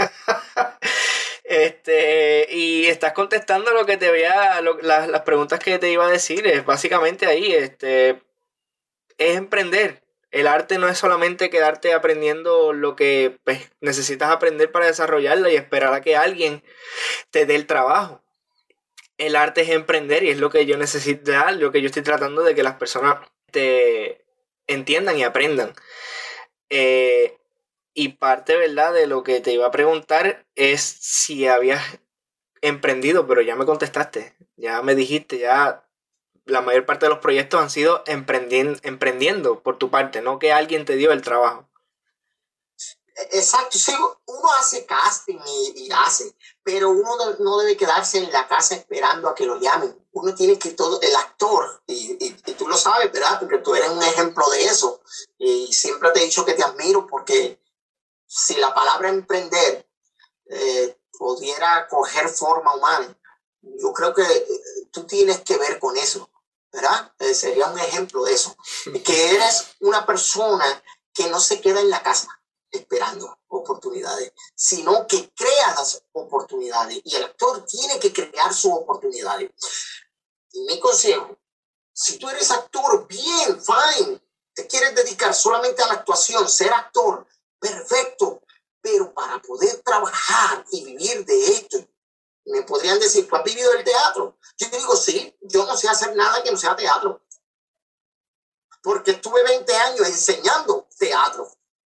Este, y estás contestando lo que te había, lo, las, las preguntas que te iba a decir, es básicamente ahí, este, es emprender. El arte no es solamente quedarte aprendiendo lo que pues, necesitas aprender para desarrollarla y esperar a que alguien te dé el trabajo. El arte es emprender y es lo que yo necesito dar, lo que yo estoy tratando de que las personas te entiendan y aprendan. Eh, y parte, ¿verdad?, de lo que te iba a preguntar es si habías emprendido, pero ya me contestaste, ya me dijiste, ya la mayor parte de los proyectos han sido emprendiendo, emprendiendo por tu parte, no que alguien te dio el trabajo. Exacto, sí, uno hace casting y, y hace, pero uno no, no debe quedarse en la casa esperando a que lo llamen. Uno tiene que todo, el actor, y, y, y tú lo sabes, ¿verdad? Porque tú eres un ejemplo de eso. Y siempre te he dicho que te admiro porque si la palabra emprender eh, pudiera coger forma humana, yo creo que eh, tú tienes que ver con eso, ¿verdad? Eh, sería un ejemplo de eso. Que eres una persona que no se queda en la casa esperando oportunidades, sino que crea las oportunidades y el actor tiene que crear sus oportunidades. Y mi consejo, si tú eres actor, bien, fine, te quieres dedicar solamente a la actuación, ser actor, perfecto, pero para poder trabajar y vivir de esto, me podrían decir, ¿tú has vivido del teatro? Yo digo, sí, yo no sé hacer nada que no sea teatro, porque estuve veinte años enseñando teatro.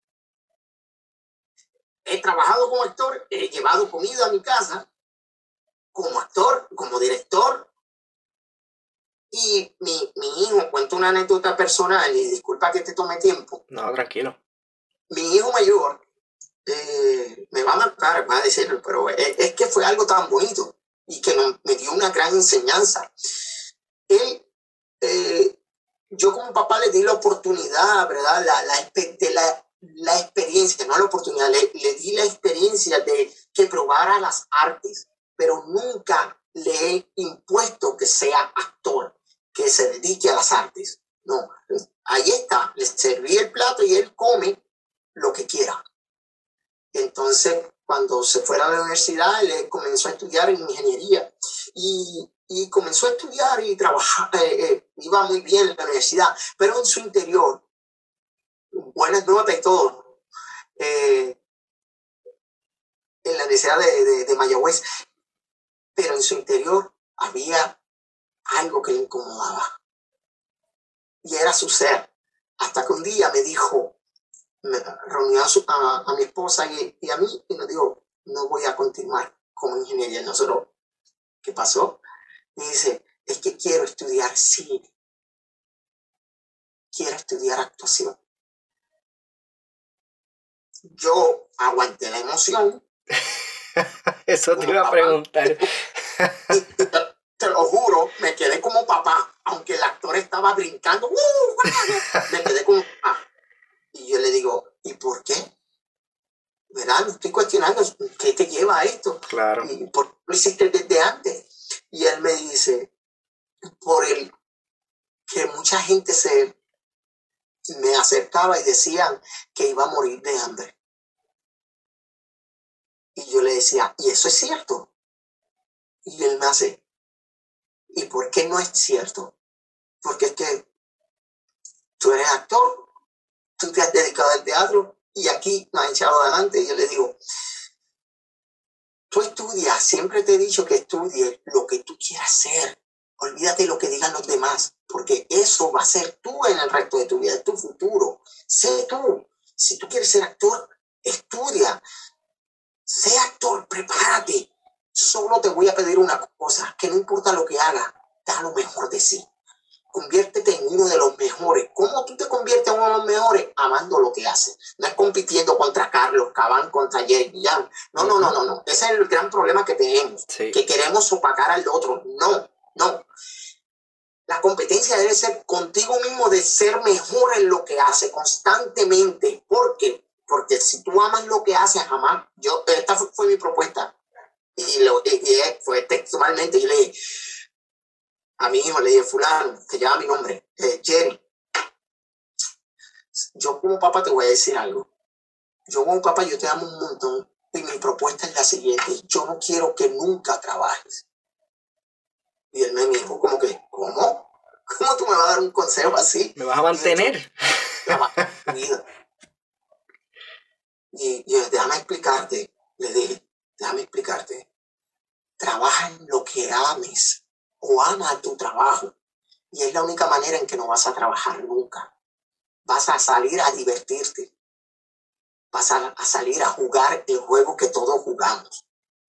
He trabajado como actor, he llevado comida a mi casa, como actor, como director. Y mi, mi hijo, cuento una anécdota personal, y disculpa que te tome tiempo. No, tranquilo. Mi hijo mayor, eh, me va a matar, va a decirlo, pero es, es que fue algo tan bonito y que me, me dio una gran enseñanza. Él, eh, yo como papá le di la oportunidad, ¿verdad? La, la, de la la experiencia, no la oportunidad, le, le di la experiencia de que probara las artes, pero nunca le he impuesto que sea actor, que se dedique a las artes. No, ahí está, le serví el plato y él come lo que quiera. Entonces, cuando se fue a la universidad, él comenzó a estudiar en ingeniería y, y comenzó a estudiar y trabajar, eh, eh, iba muy bien en la universidad, pero en su interior, buenas notas y todo, eh, en la Universidad de, de, de Mayagüez, pero en su interior había algo que le incomodaba y era su ser, hasta que un día me dijo, me reunió a, su, a, a mi esposa y, y a mí y me dijo, no voy a continuar como ingeniería. Nosotros, ¿qué pasó? Me dice, es que quiero estudiar cine, quiero estudiar actuación. Yo aguanté la emoción. Eso te iba a preguntar. Y te, te lo juro, me quedé como papá, aunque el actor estaba brincando. ¡Uh! Me quedé como papá. Y yo le digo, ¿y por qué? ¿Verdad? Me estoy cuestionando, ¿qué te lleva a esto? Claro. ¿Y por qué lo hiciste desde antes? Y él me dice, por el que mucha gente se me acercaba y decían que iba a morir de hambre. Y yo le decía, ¿y eso es cierto? Y él me hace, ¿y por qué no es cierto? Porque es que tú eres actor, tú te has dedicado al teatro y aquí me has echado adelante. Y yo le digo, tú estudias, siempre te he dicho que estudies lo que tú quieras ser. Olvídate lo que digan los demás, porque eso va a ser tú en el resto de tu vida, es tu futuro. Sé tú. Si tú quieres ser actor, estudia. Sé actor, prepárate. Solo te voy a pedir una cosa, que no importa lo que hagas, da lo mejor de sí. Conviértete en uno de los mejores. ¿Cómo tú te conviertes en uno de los mejores? Amando lo que haces. No es compitiendo contra Carlos Cabán, contra Jerry Young. No, no, no, no, no. Ese es el gran problema que tenemos. Sí. Que queremos opacar al otro. No, no. La competencia debe ser contigo mismo de ser mejor en lo que haces constantemente. ¿Por qué? Porque si tú tú amas lo que haces, jamás. Yo, esta fue, fue mi propuesta. Y, lo, y, y fue textualmente, y le dije a mi hijo, le dije, fulano, que llama mi nombre, eh, Jerry, yo como papá te voy a decir algo. Yo como papá, yo te amo un montón. Y mi propuesta es la siguiente. Yo no quiero que nunca trabajes. Y él me dijo como que, ¿cómo? ¿Cómo tú me vas a dar un consejo así? ¿Me vas a mantener? Trabaja tu vida. Y yo, déjame explicarte. Le dije, déjame explicarte. Trabaja en lo que ames o ama tu trabajo. Y es la única manera en que no vas a trabajar nunca. Vas a salir a divertirte. Vas a, a salir a jugar el juego que todos jugamos.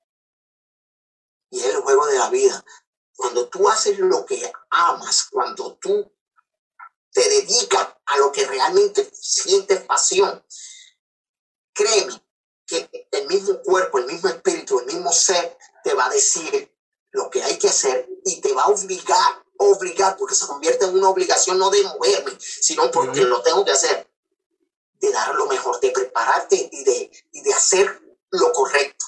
Y es el juego de la vida. Cuando tú haces lo que amas, cuando tú te dedicas a lo que realmente sientes pasión, créeme que el mismo cuerpo, el mismo espíritu, el mismo ser te va a decir lo que hay que hacer y te va a obligar, obligar, porque se convierte en una obligación no de moverme, sino porque uh-huh. lo tengo que hacer, de dar lo mejor, de prepararte y de, y de hacer lo correcto.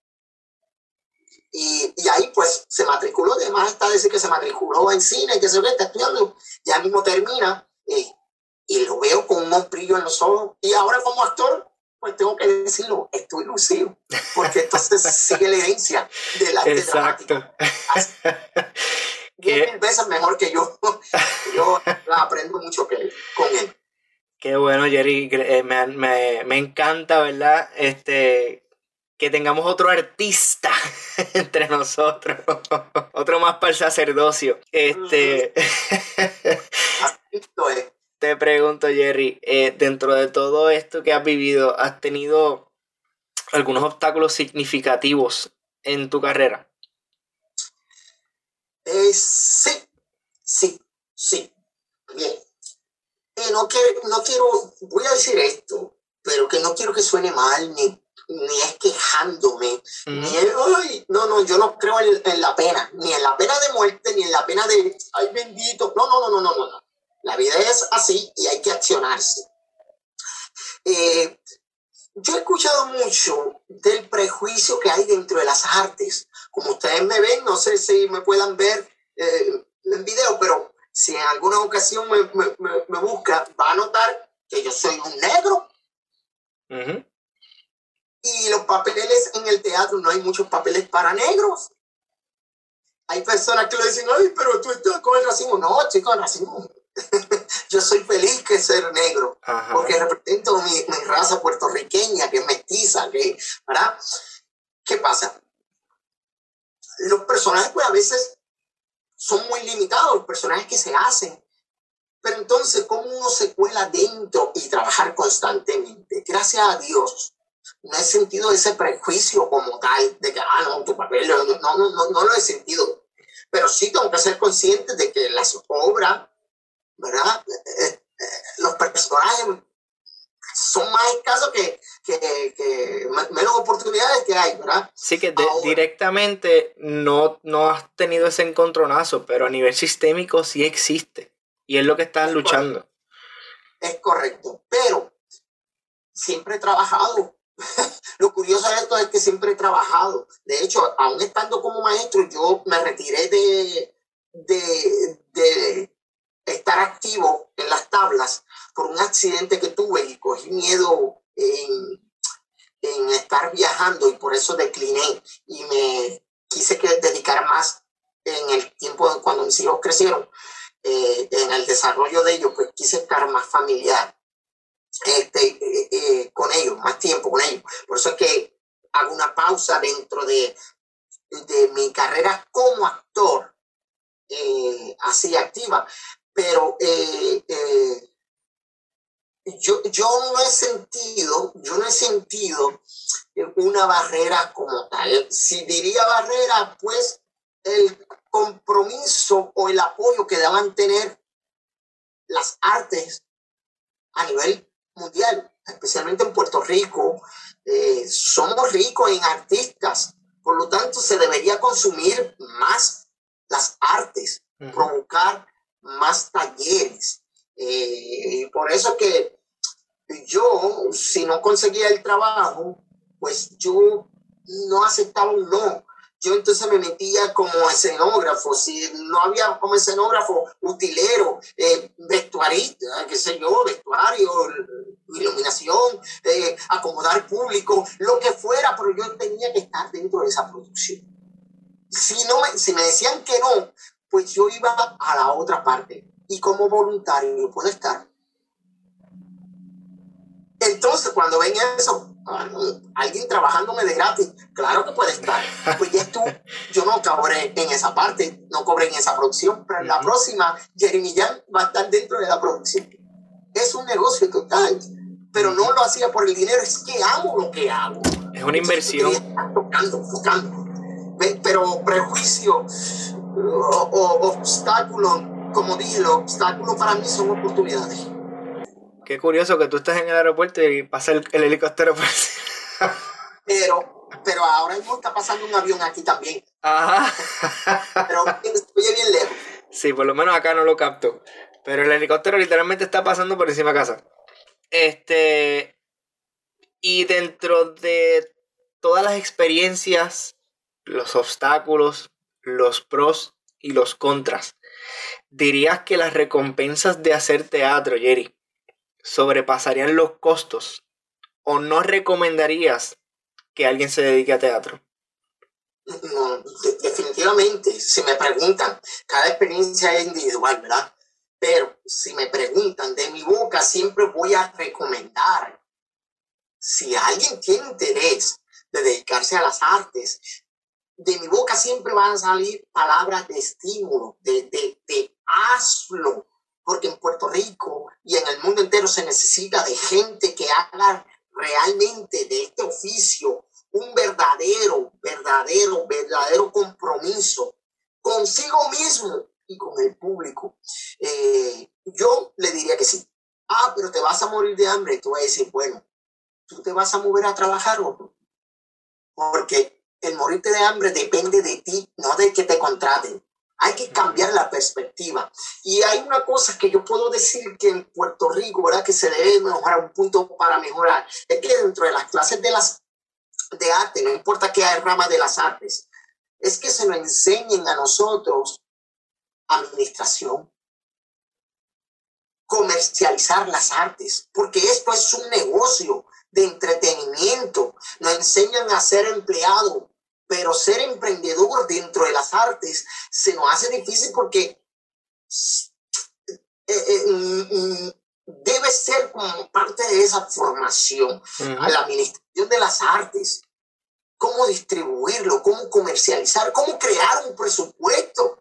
Y, y ahí pues se matriculó, además está decir que se matriculó en cine, que se ve, está estudiando, ya mismo termina, eh, y lo veo con un brillo en los ojos. Y ahora como actor, pues tengo que decirlo, estoy lucido, porque entonces sigue la herencia del arte Exacto. dramático. Diez mil veces mejor que yo. Yo aprendo mucho que, con él. Qué bueno, Jerry, me, me, me encanta, ¿verdad? Este... que tengamos otro artista entre nosotros, otro más para el sacerdocio. Este, te pregunto, Jerry, eh, dentro de todo esto que has vivido, ¿has tenido algunos obstáculos significativos en tu carrera? Eh, sí, sí, sí. Bien. Eh, no, quiero, no quiero, voy a decir esto, pero que no quiero que suene mal ni ni es quejándome, uh-huh. ni es, ay, no, no, yo no creo en, en la pena, ni en la pena de muerte, ni en la pena de, ay, bendito, no, no, no, no, no, no, la vida es así y hay que accionarse. Eh, yo he escuchado mucho del prejuicio que hay dentro de las artes, como ustedes me ven, no sé si me puedan ver eh, en video, pero si en alguna ocasión me, me, me, me busca, va a notar que yo soy un negro. Uh-huh. Y los papeles en el teatro, no hay muchos papeles para negros. Hay personas que le dicen, ay, pero tú estás con el racismo. No, estoy con el racismo. Yo soy feliz que ser negro, Ajá. porque represento mi, mi raza puertorriqueña, que es mestiza, que, ¿verdad? ¿Qué pasa? Los personajes, pues, a veces son muy limitados, los personajes que se hacen. Pero entonces, ¿cómo uno se cuela dentro y trabajar constantemente? Gracias a Dios, no he sentido ese prejuicio como tal, de que, ah, no, tu papel, no, no, no, no, no lo he sentido. Pero sí tengo que ser consciente de que las obras, ¿verdad? Eh, eh, los personajes son más escasos que, que, que menos oportunidades que hay, ¿verdad? Sí, que de, directamente no, no has tenido ese encontronazo, pero a nivel sistémico sí existe. Y es lo que estás es luchando. Correcto. Es correcto, pero siempre he trabajado. Lo curioso de esto es que siempre he trabajado. De hecho, aún estando como maestro, yo me retiré de, de, de estar activo en las tablas por un accidente que tuve y cogí miedo en, en estar viajando y por eso decliné y me quise que dedicar más en el tiempo cuando mis hijos crecieron, eh, en el desarrollo de ellos, pues quise estar más familiar. Este, eh, eh, con ellos, más tiempo con ellos. Por eso es que hago una pausa dentro de, de mi carrera como actor, eh, así activa, pero eh, eh, yo, yo no he sentido, yo no he sentido una barrera como tal. Si diría barrera, pues el compromiso o el apoyo que deban tener las artes a nivel mundial, especialmente en Puerto Rico. Eh, somos ricos en artistas, por lo tanto se debería consumir más las artes, uh-huh. provocar más talleres. Eh, y por eso que yo, si no conseguía el trabajo, pues yo no aceptaba un no. Yo entonces me metía como escenógrafo, si no había como escenógrafo, utilero, eh, vestuarista, qué sé yo, vestuario, iluminación, eh, acomodar público, lo que fuera, pero yo tenía que estar dentro de esa producción. Si, no me, si me decían que no, pues yo iba a la otra parte y como voluntario yo puedo estar. Entonces, cuando ven eso, alguien trabajándome de gratis, claro que puede estar. Pues ya tú, yo no cobré en esa parte, no cobré en esa producción, pero en la próxima, Jeremy Jan va a estar dentro de la producción. Es un negocio total, pero no lo hacía por el dinero, es que amo lo que hago. Es una inversión. Tocando, tocando. Pero prejuicio o, o obstáculos, como dije, los obstáculos para mí son oportunidades. Qué curioso que tú estás en el aeropuerto y pasa el, el helicóptero por encima. Pero, pero ahora mismo está pasando un avión aquí también. Ajá. Pero oye bien lejos. Sí, por lo menos acá no lo capto. Pero el helicóptero literalmente está pasando por encima de casa. Este. Y dentro de todas las experiencias, los obstáculos, los pros y los contras, ¿dirías que las recompensas de hacer teatro, Jerry, sobrepasarían los costos? ¿O no recomendarías que alguien se dedique a teatro? No, de- definitivamente, si me preguntan, cada experiencia es individual, ¿verdad? Pero si me preguntan, de mi boca siempre voy a recomendar. Si alguien tiene interés de dedicarse a las artes, de mi boca siempre van a salir palabras de estímulo, de, de, de hazlo, porque en Puerto Rico y en el mundo entero se necesita de gente que haga realmente de este oficio un verdadero, verdadero, verdadero compromiso consigo mismo y con el público. Eh, yo le diría que sí. Ah, pero te vas a morir de hambre. Tú vas a decir, bueno, ¿tú te vas a mover a trabajar o no? Porque el morirte de hambre depende de ti, no de que te contraten. Hay que cambiar la perspectiva. Y hay una cosa que yo puedo decir que en Puerto Rico, ¿verdad?, que se debe mejorar, un punto para mejorar, es que dentro de las clases de, las, de arte, no importa qué rama de las artes, es que se nos enseñen a nosotros administración, comercializar las artes, porque esto es un negocio de entretenimiento. Nos enseñan a ser empleado, pero ser emprendedor dentro de las artes se nos hace difícil porque eh, eh, mm, debe ser como parte de esa formación. Uh-huh. A la administración de las artes, cómo distribuirlo, cómo comercializar, cómo crear un presupuesto.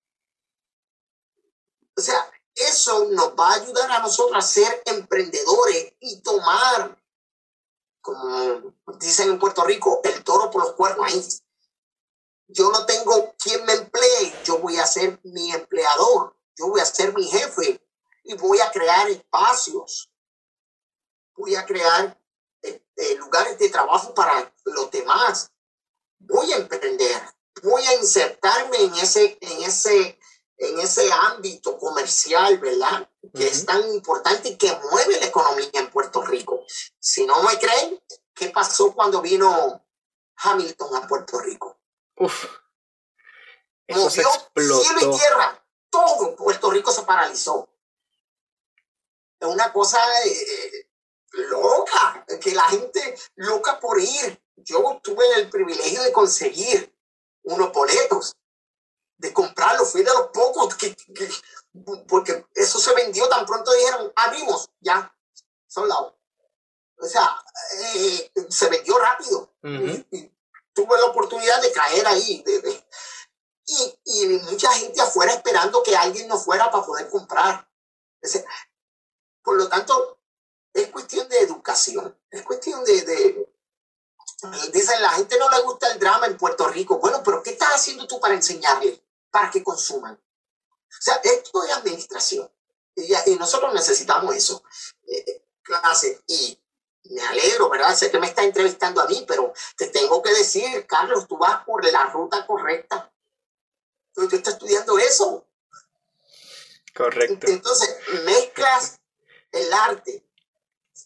O sea, eso nos va a ayudar a nosotros a ser emprendedores y tomar, como dicen en Puerto Rico, el toro por los cuernos. Ahí yo no tengo quien me emplee, yo voy a ser mi empleador, yo voy a ser mi jefe y voy a crear espacios, voy a crear eh, eh, lugares de trabajo para los demás, voy a emprender, voy a insertarme en ese, en ese, en ese ámbito comercial, ¿verdad? Que uh-huh. es tan importante y que mueve la economía en Puerto Rico. Si no me creen, ¿qué pasó cuando vino Hamilton a Puerto Rico? Uf, eso movió se explotó. Cielo y tierra, todo Puerto Rico se paralizó. Es una cosa eh, loca, que la gente loca por ir. Yo tuve el privilegio de conseguir unos boletos, de comprarlos, fui de los pocos que, que porque eso se vendió tan pronto dijeron, abrimos, ya, son lados. O sea, eh, se vendió rápido. Uh-huh. y, y tuve la oportunidad de caer ahí. De, de, y, y mucha gente afuera esperando que alguien no fuera para poder comprar. O sea, por lo tanto, es cuestión de educación. Es cuestión de, de... Dicen, la gente no le gusta el drama en Puerto Rico. Bueno, pero ¿qué estás haciendo tú para enseñarles? Para que consuman. O sea, esto es administración. Y, y nosotros necesitamos eso. Eh, clase. Y me alegro, ¿verdad? Sé que me está entrevistando a mí, pero te tengo que decir, Carlos, tú vas por la ruta correcta. Tú, tú estás estudiando eso. Correcto. Entonces, mezclas el arte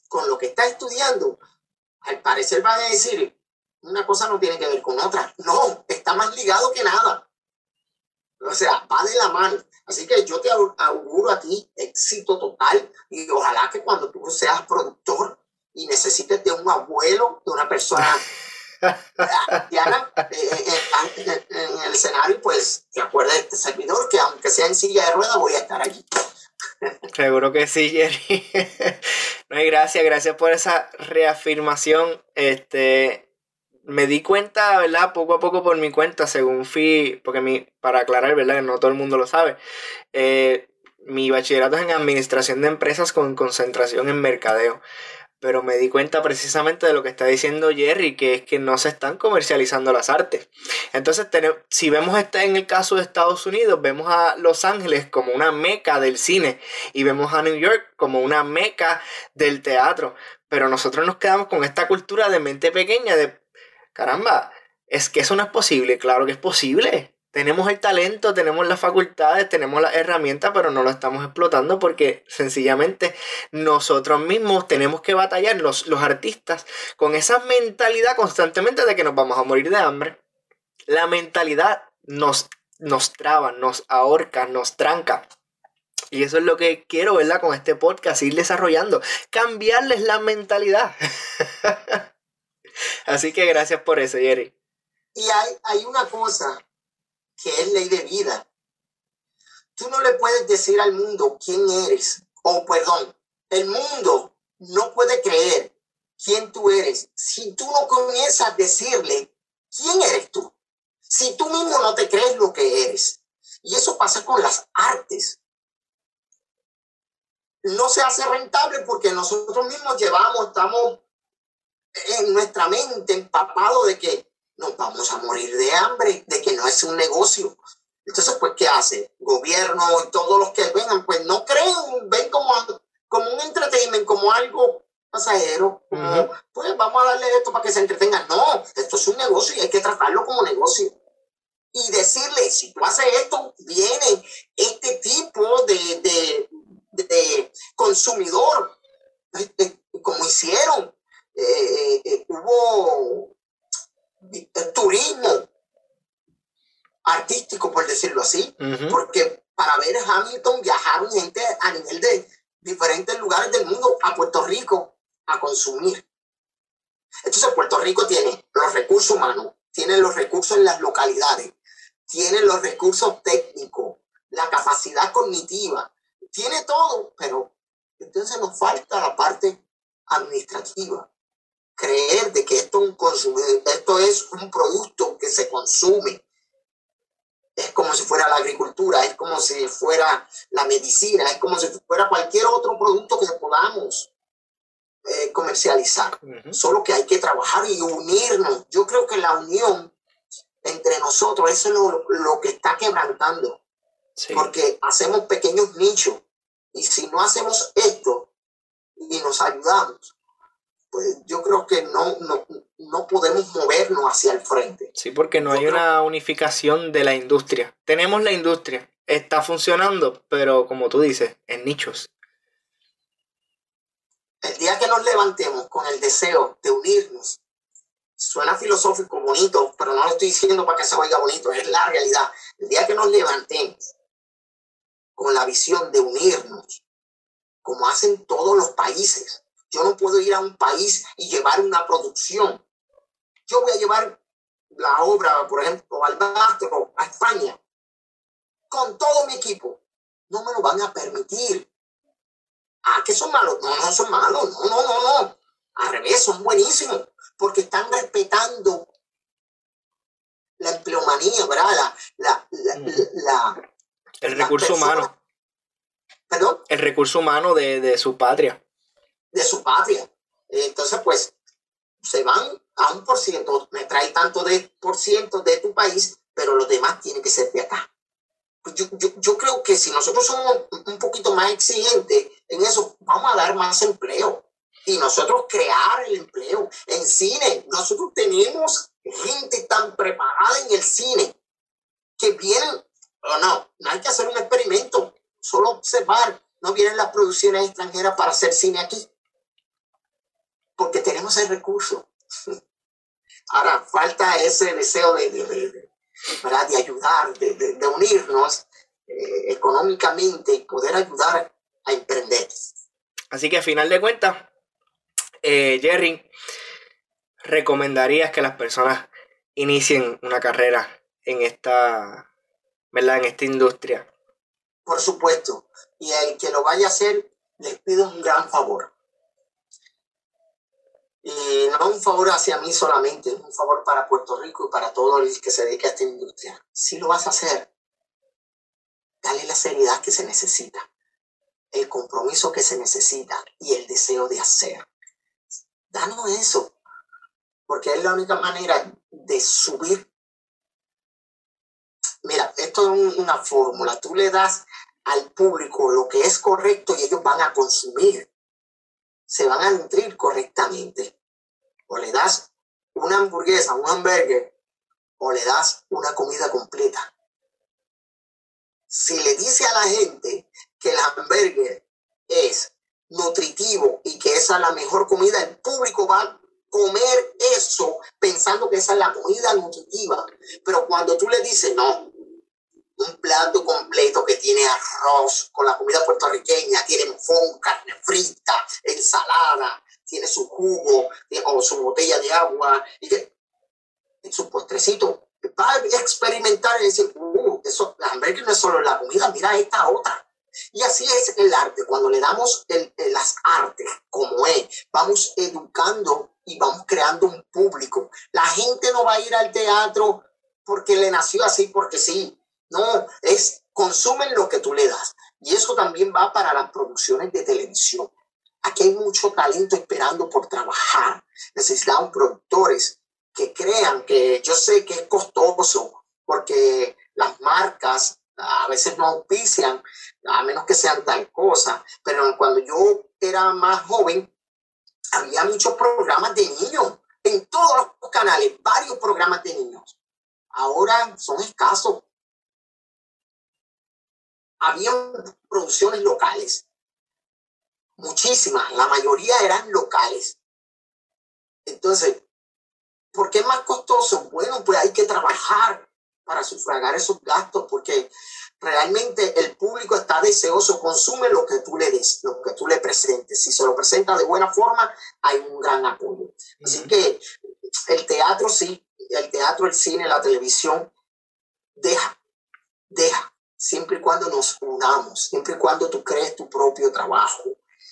con lo que estás estudiando, al parecer van a decir, una cosa no tiene que ver con otra. No, está más ligado que nada. O sea, va de la mano. Así que yo te auguro a ti éxito total y ojalá que cuando tú seas productor y necesites de un abuelo, de una persona Diana, eh, en, en, en el escenario, pues te acuerdas de este servidor que aunque sea en silla de ruedas voy a estar allí. Seguro que sí, Jerry. No, y gracias, gracias por esa reafirmación. Este, me di cuenta, ¿verdad? Poco a poco por mi cuenta, según fui, porque mi, para aclarar, ¿verdad? Que no todo el mundo lo sabe. Eh, mi bachillerato es en administración de empresas con concentración en mercadeo. Pero me di cuenta precisamente de lo que está diciendo Jerry, que es que no se están comercializando las artes. Entonces, tenemos, si vemos este en el caso de Estados Unidos, vemos a Los Ángeles como una meca del cine y vemos a New York como una meca del teatro. Pero nosotros nos quedamos con esta cultura de mente pequeña de, caramba, es que eso no es posible. Claro que es posible. Tenemos el talento, tenemos las facultades, tenemos las herramientas, pero no lo estamos explotando porque sencillamente nosotros mismos tenemos que batallar, los, los artistas, con esa mentalidad constantemente de que nos vamos a morir de hambre. La mentalidad nos, nos traba, nos ahorca, nos tranca. Y eso es lo que quiero, ¿verdad? Con este podcast, ir desarrollando, cambiarles la mentalidad. Así que gracias por eso, Jerry. Y hay, hay una cosa que es ley de vida. Tú no le puedes decir al mundo quién eres, o perdón, el mundo no puede creer quién tú eres si tú no comienzas a decirle quién eres tú, si tú mismo no te crees lo que eres. Y eso pasa con las artes. No se hace rentable porque nosotros mismos llevamos, estamos en nuestra mente empapados de que nos vamos a morir de hambre, de que no es un negocio. Entonces, pues, ¿qué hace? Gobierno y todos los que vengan, pues no creen, ven como, como un entertainment, como algo pasajero, como, uh-huh. Pues vamos a darle esto para que se entretengan. No, esto es un negocio y hay que tratarlo como negocio. Y decirle, si tú haces esto, viene este tipo de, de, de consumidor, como hicieron. Eh, eh, hubo turismo artístico, por decirlo así, uh-huh. Porque para ver Hamilton viajaron gente a nivel de diferentes lugares del mundo a Puerto Rico a consumir. Entonces Puerto Rico tiene los recursos humanos, tiene los recursos en las localidades, tiene los recursos técnicos, la capacidad cognitiva, tiene todo, pero entonces nos falta la parte administrativa. Creer de que esto es un consumidor, esto es un producto que se consume. Es como si fuera la agricultura, es como si fuera la medicina, es como si fuera cualquier otro producto que podamos eh, comercializar. Uh-huh. Solo que hay que trabajar y unirnos. Yo creo que la unión entre nosotros, eso es lo, lo que está quebrantando. Sí. Porque hacemos pequeños nichos y si no hacemos esto y nos ayudamos, pues yo creo que no, no, no podemos movernos hacia el frente. Sí, porque no yo hay creo... una unificación de la industria. Tenemos la industria, está funcionando, pero como tú dices, en nichos. El día que nos levantemos con el deseo de unirnos, suena filosófico, bonito, pero no lo estoy diciendo para que se oiga bonito, es la realidad. El día que nos levantemos con la visión de unirnos, como hacen todos los países. Yo no puedo ir a un país y llevar una producción. Yo voy a llevar la obra, por ejemplo, Albastro a España, con todo mi equipo. No me lo van a permitir. Ah, que son malos. No, no son malos. No, no, no, no. Al revés, son buenísimos. Porque están respetando la empleomanía, ¿verdad? La, la, la, la, el recurso humano. ¿Perdón? El recurso humano de, de su patria. De su patria. Entonces, pues, se van a un por ciento, me trae tanto de por ciento de tu país, pero los demás tienen que ser de acá. Pues yo, yo, yo creo que si nosotros somos un poquito más exigentes en eso, vamos a dar más empleo. Y nosotros crear el empleo. En cine, nosotros tenemos gente tan preparada en el cine que vienen, oh no, no hay que hacer un experimento, solo observar, no vienen las producciones extranjeras para hacer cine aquí. porque tenemos el recurso. Ahora, falta ese deseo de, de, de, ¿verdad? de ayudar, de, de, de unirnos eh, económicamente y poder ayudar a emprender. Así que a final de cuentas, eh, Jerry, ¿recomendarías que las personas inicien una carrera en esta, ¿verdad? En esta industria? Por supuesto. Y el que lo vaya a hacer, les pido un gran favor. Y no un favor hacia mí solamente, es un favor para Puerto Rico y para todo el que se dedique a esta industria. Si lo vas a hacer, dale la seriedad que se necesita, el compromiso que se necesita y el deseo de hacer. Danos eso, porque es la única manera de subir. Mira, esto es una fórmula. Tú le das al público lo que es correcto y ellos van a consumir. Se van a nutrir correctamente. O le das una hamburguesa, un hamburger, o le das una comida completa. Si le dice a la gente que el hamburger es nutritivo y que esa es la mejor comida, el público va a comer eso pensando que esa es la comida nutritiva. Pero cuando tú le dices, no, un plato completo que tiene arroz con la comida puertorriqueña, tiene mofón, carne frita, ensalada, tiene su jugo o su botella de agua, y que, en su postrecito, va a experimentar y decir, uh, eso, la hamburguesa no es solo la comida, mira esta otra. Y así es el arte. Cuando le damos el, el, las artes como es, vamos educando y vamos creando un público. La gente no va a ir al teatro porque le nació así, porque sí. No, es consumen lo que tú le das. Y eso también va para las producciones de televisión. Aquí hay mucho talento esperando por trabajar. Necesitamos productores que crean que yo sé que es costoso porque las marcas a veces no auspician, a menos que sean tal cosa. Pero cuando yo era más joven, había muchos programas de niños en todos los canales, varios programas de niños. Ahora son escasos. Habían producciones locales, muchísimas, la mayoría eran locales. Entonces, ¿por qué es más costoso? Bueno, pues hay que trabajar para sufragar esos gastos, porque realmente el público está deseoso, consume lo que tú le des, lo que tú le presentes. Si se lo presenta de buena forma, hay un gran apoyo. Así que el teatro sí, el teatro, el cine, la televisión, deja, deja. Siempre y cuando nos unamos, siempre y cuando tú crees tu propio trabajo.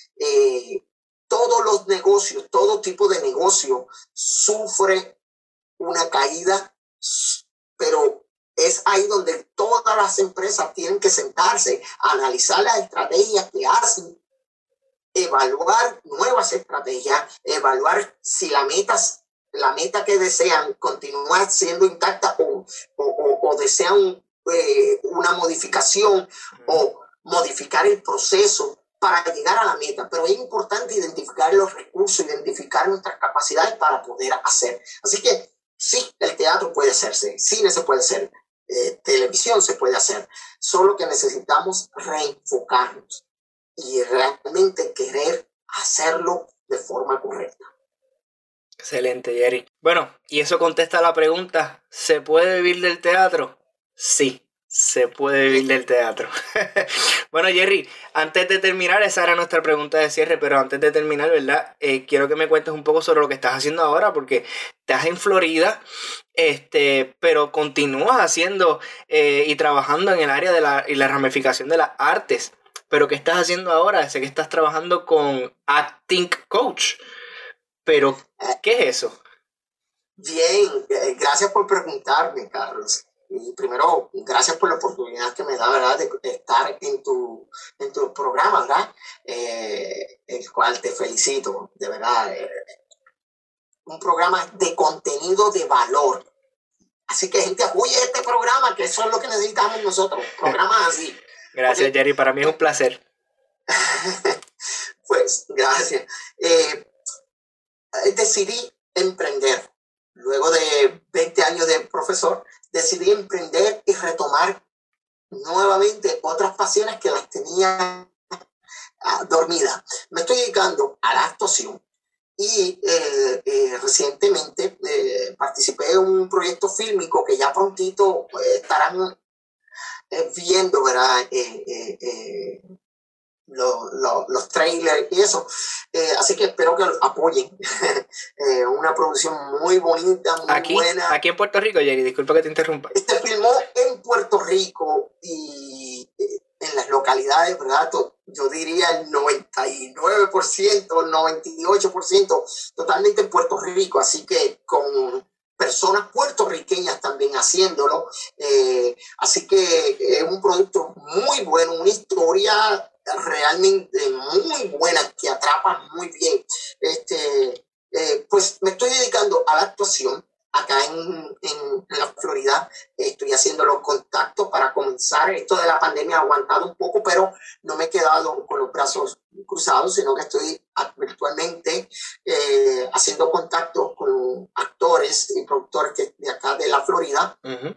Eh, todos los negocios, todo tipo de negocio sufre una caída, pero es ahí donde todas las empresas tienen que sentarse, analizar las estrategias que hacen, evaluar nuevas estrategias, evaluar si la meta, la meta que desean continúa siendo intacta o, o, o, o desean Eh, una modificación o modificar el proceso para llegar a la meta, pero es importante identificar los recursos, identificar nuestras capacidades para poder hacer. Así que sí, el teatro puede hacerse, cine se puede hacer, eh, televisión se puede hacer, solo que necesitamos reenfocarnos y realmente querer hacerlo de forma correcta. Excelente, Jerry. Bueno, y eso contesta la pregunta, ¿se puede vivir del teatro? Sí, se puede vivir del teatro. Bueno, Jerry, antes de terminar, esa era nuestra pregunta de cierre, pero antes de terminar, ¿verdad? Eh, quiero que me cuentes un poco sobre lo que estás haciendo ahora, porque estás en Florida, este, pero continúas haciendo eh, y trabajando en el área de la, y la ramificación de las artes. Pero ¿qué estás haciendo ahora? Sé que estás trabajando con Acting Coach, pero ¿qué es eso? Bien, gracias por preguntarme, Carlos. Y primero, gracias por la oportunidad que me da, ¿verdad?, de, de estar en tu, en tu programa, ¿verdad? Eh, el cual te felicito, de verdad. Eh, un programa de contenido de valor. Así que, gente, apoye este programa, que eso es lo que necesitamos nosotros, programas así. Gracias, Porque, Jerry, para mí es un placer. Pues, gracias. Eh, decidí emprender. Luego de veinte años de profesor, decidí emprender y retomar nuevamente otras pasiones que las tenía uh, dormidas. Me estoy dedicando a la actuación y eh, eh, recientemente eh, participé en un proyecto fílmico que ya prontito eh, estarán eh, viendo, ¿verdad? Eh, eh, eh, Los, los, los trailers y eso. Eh, así que espero que lo apoyen. eh, una producción muy bonita, muy aquí, buena. Aquí en Puerto Rico, Jerry, disculpa que te interrumpa. Este filmó en Puerto Rico y eh, en las localidades, ¿verdad? Yo diría el noventa y nueve por ciento, noventa y ocho por ciento totalmente en Puerto Rico. Así que con personas puertorriqueñas también haciéndolo. Eh, así que es un producto muy bueno, una historia realmente muy buena que atrapa muy bien. Este, eh, pues me estoy dedicando a la actuación acá en, en, en la Florida. Estoy haciendo los contactos para comenzar. Esto de la pandemia ha aguantado un poco, pero no me he quedado con los brazos cruzados, sino que estoy virtualmente eh, haciendo contactos con actores y productores que, de acá de la Florida uh-huh.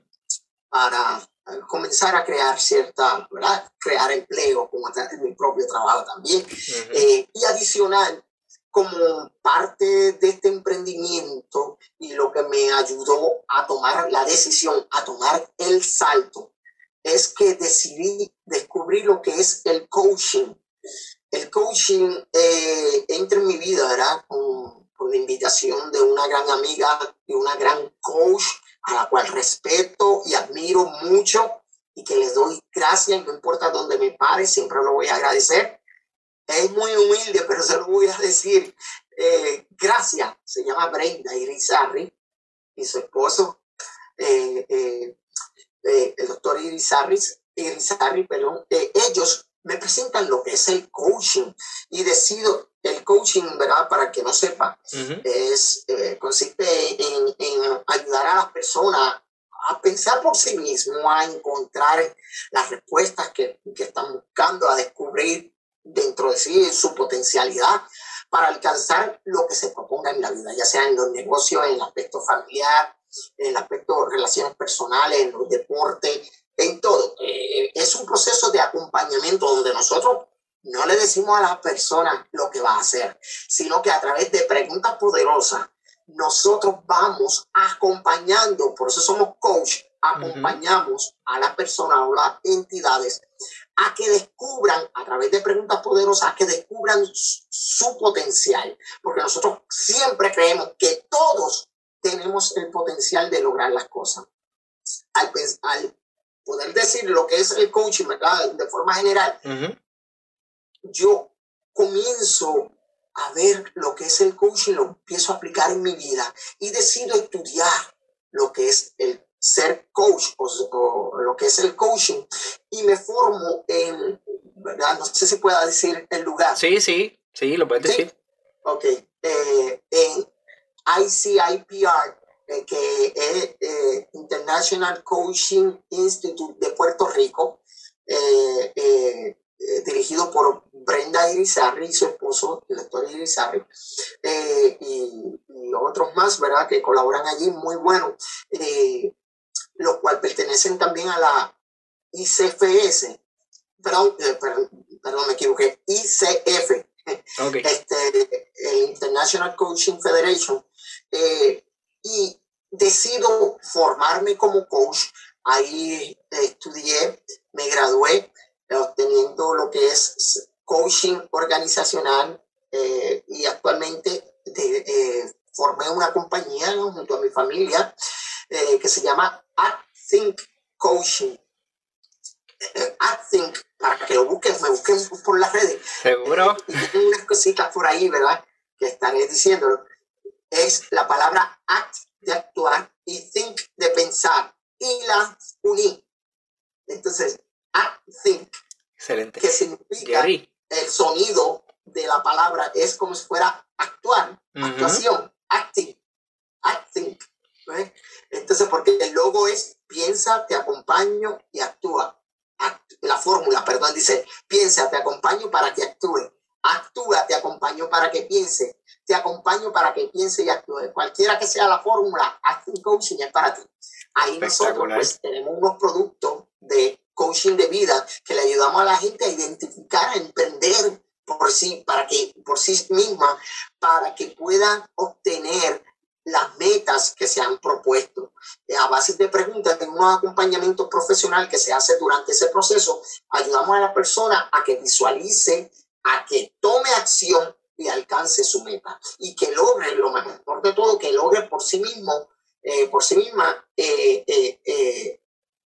para comenzar a crear cierta, ¿verdad? Crear empleo, como en mi propio trabajo también. Uh-huh. Eh, y adicional, como parte de este emprendimiento y lo que me ayudó a tomar la decisión, a tomar el salto, es que decidí descubrir lo que es el coaching. El coaching eh, entra en mi vida, ¿verdad? Con, con la invitación de una gran amiga y una gran coach a la cual respeto y admiro mucho y que les doy gracias, y no importa dónde me pare, siempre lo voy a agradecer. Es muy humilde, pero se lo voy a decir. Eh, gracias. Se llama Brenda Irizarry y su esposo, eh, eh, eh, el doctor Irizarry, Irizarry perdón. Eh, ellos me presentan lo que es el coaching y decido el coaching, ¿verdad? Para el que no sepa, uh-huh. es, eh, consiste en, en ayudar a las personas a pensar por sí mismo, a encontrar las respuestas que, que están buscando, a descubrir dentro de sí su potencialidad para alcanzar lo que se proponga en la vida, ya sea en los negocios, en el aspecto familiar, en el aspecto de relaciones personales, en los deportes, en todo. Eh, es un proceso de acompañamiento donde nosotros no le decimos a la persona lo que va a hacer, sino que a través de preguntas poderosas nosotros vamos acompañando, por eso somos coach, acompañamos uh-huh. a las personas o las entidades a que descubran, a través de preguntas poderosas, a que descubran su, su potencial, porque nosotros siempre creemos que todos tenemos el potencial de lograr las cosas. Al, al poder decir lo que es el coaching, ¿verdad? De forma general, uh-huh. yo comienzo a ver lo que es el coaching, lo empiezo a aplicar en mi vida y decido estudiar lo que es el ser coach o, o lo que es el coaching y me formo en, ¿verdad? No sé si pueda decir el lugar. Sí, sí, sí, lo puedes decir. ¿Sí? Ok, eh, en I C I P R, eh, que es eh, International Coaching Institute de Puerto Rico, eh, eh, eh, dirigido por Brenda Irizarry y su esposo, el doctor Irizarry, eh, y, y otros más, ¿verdad?, que colaboran allí, muy buenos, eh, los cuales pertenecen también a la I C F S, perdón, eh, perdón, perdón, me equivoqué, I C F, okay. este, el International Coaching Federation, eh, y decido formarme como coach. Ahí eh, estudié, me gradué, obteniendo lo que es coaching organizacional eh, y actualmente de, eh, formé una compañía, ¿no?, junto a mi familia eh, que se llama ActThink Coaching. Eh, ActThink, para que lo busquen, me busquen por las redes. Seguro. Eh, y tengo unas cositas por ahí, ¿verdad?, que estaré diciéndolo. Es la palabra act de actuar y think de pensar y la uní. Entonces, ActThink. Excelente. Que significa Gary. El sonido de la palabra es como si fuera actuar, uh-huh. actuación, acting, acting. ¿Ves? Entonces, porque el logo es piensa, te acompaño y actúa. Act, la fórmula, perdón, dice piensa, te acompaño para que actúe. Actúa, te acompaño para que piense. Te acompaño para que piense y actúe. Cualquiera que sea la fórmula, Acting Coaching es para ti. Ahí nosotros pues tenemos unos productos de coaching de vida que le ayudamos a la gente a identificar, a emprender por sí, para que, por sí misma, para que puedan obtener las metas que se han propuesto. A base de preguntas, en un acompañamiento profesional que se hace durante ese proceso, ayudamos a la persona a que visualice, a que tome acción y alcance su meta. Y que logre, lo mejor de todo, que logre por sí mismo, eh, por sí misma, eh, eh, eh,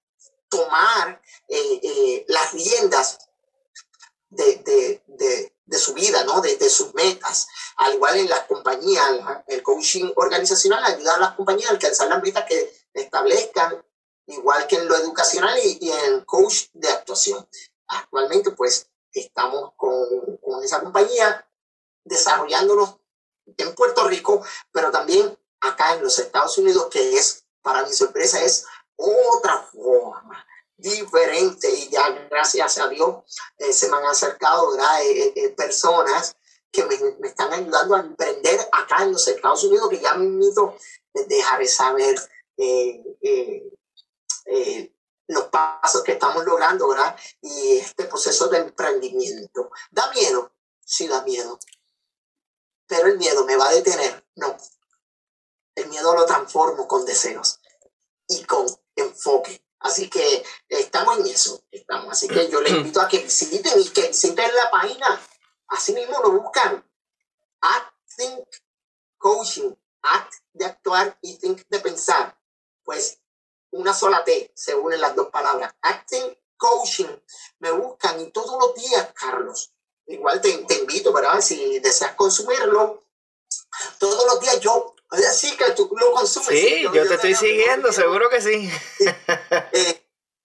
tomar eh, eh, las riendas de, de, de, de su vida, ¿no? de, de sus metas. Al igual en las compañías, el coaching organizacional ayuda a las compañías a alcanzar las metas que establezcan, igual que en lo educacional y, y en el coach de actuación. Actualmente, pues, estamos con, con esa compañía desarrollándonos en Puerto Rico, pero también acá en los Estados Unidos, que es, para mi sorpresa, es otra forma diferente, y ya gracias a Dios eh, se me han acercado eh, eh, personas que me, me están ayudando a emprender acá en los Estados Unidos, que ya me dejaré saber eh, eh, eh, los pasos que estamos logrando, ¿verdad? Y este proceso de emprendimiento. ¿Da miedo? Sí, da miedo. Pero el miedo me va a detener. No. El miedo lo transformo con deseos y con enfoque. Así que estamos en eso, estamos. Así que yo les invito a que visiten y que visiten la página. Así mismo lo buscan. Act, Think, Coaching. Act de actuar y Think de pensar. Pues una sola T, se unen las dos palabras. Acting, Coaching. Me buscan y todos los días, Carlos. Igual te, te invito, ¿verdad? Si deseas consumirlo, todos los días yo... Sí, que tú lo consumes. Sí, sí yo, yo, yo te estoy siguiendo, que... seguro que sí. Eh,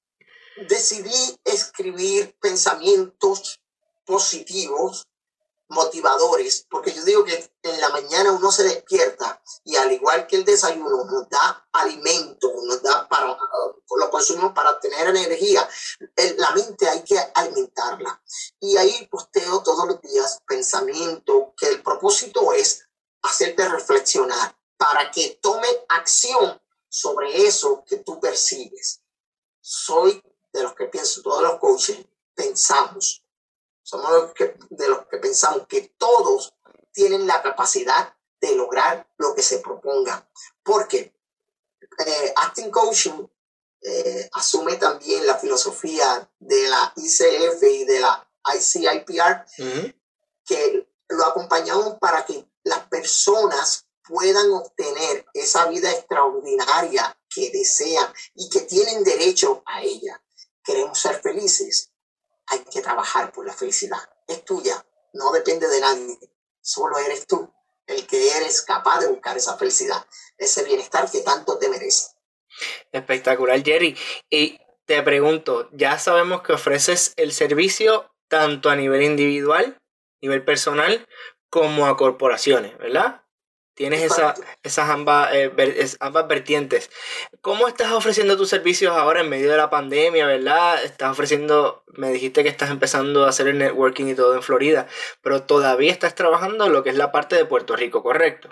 decidí escribir pensamientos positivos, motivadores, porque yo digo que en la mañana uno se despierta y al igual que el desayuno nos da alimento, nos da para, uh, lo consumimos para tener energía, el, la mente hay que alimentarla. Y ahí posteo todos los días pensamientos que el propósito es hacerte reflexionar para que tome acción sobre eso que tú percibes. Soy de los que pienso, todos los coaches pensamos, somos los que, de los que pensamos que todos tienen la capacidad de lograr lo que se proponga. Porque eh, Acting Coaching eh, asume también la filosofía de la I C F y de la I C I P R, uh-huh. que lo acompañamos para que las personas puedan obtener esa vida extraordinaria que desean y que tienen derecho a ella. Queremos ser felices, hay que trabajar por la felicidad. Es tuya, no depende de nadie. Solo eres tú el que eres capaz de buscar esa felicidad, ese bienestar que tanto te merece. Espectacular, Jerry. Y te pregunto, ya sabemos que ofreces el servicio tanto a nivel individual, nivel personal, como a corporaciones, ¿verdad? Tienes esa, esas ambas, eh, ambas vertientes. ¿Cómo estás ofreciendo tus servicios ahora en medio de la pandemia, verdad? Estás ofreciendo, me dijiste que estás empezando a hacer el networking y todo en Florida, pero todavía estás trabajando en lo que es la parte de Puerto Rico, ¿correcto?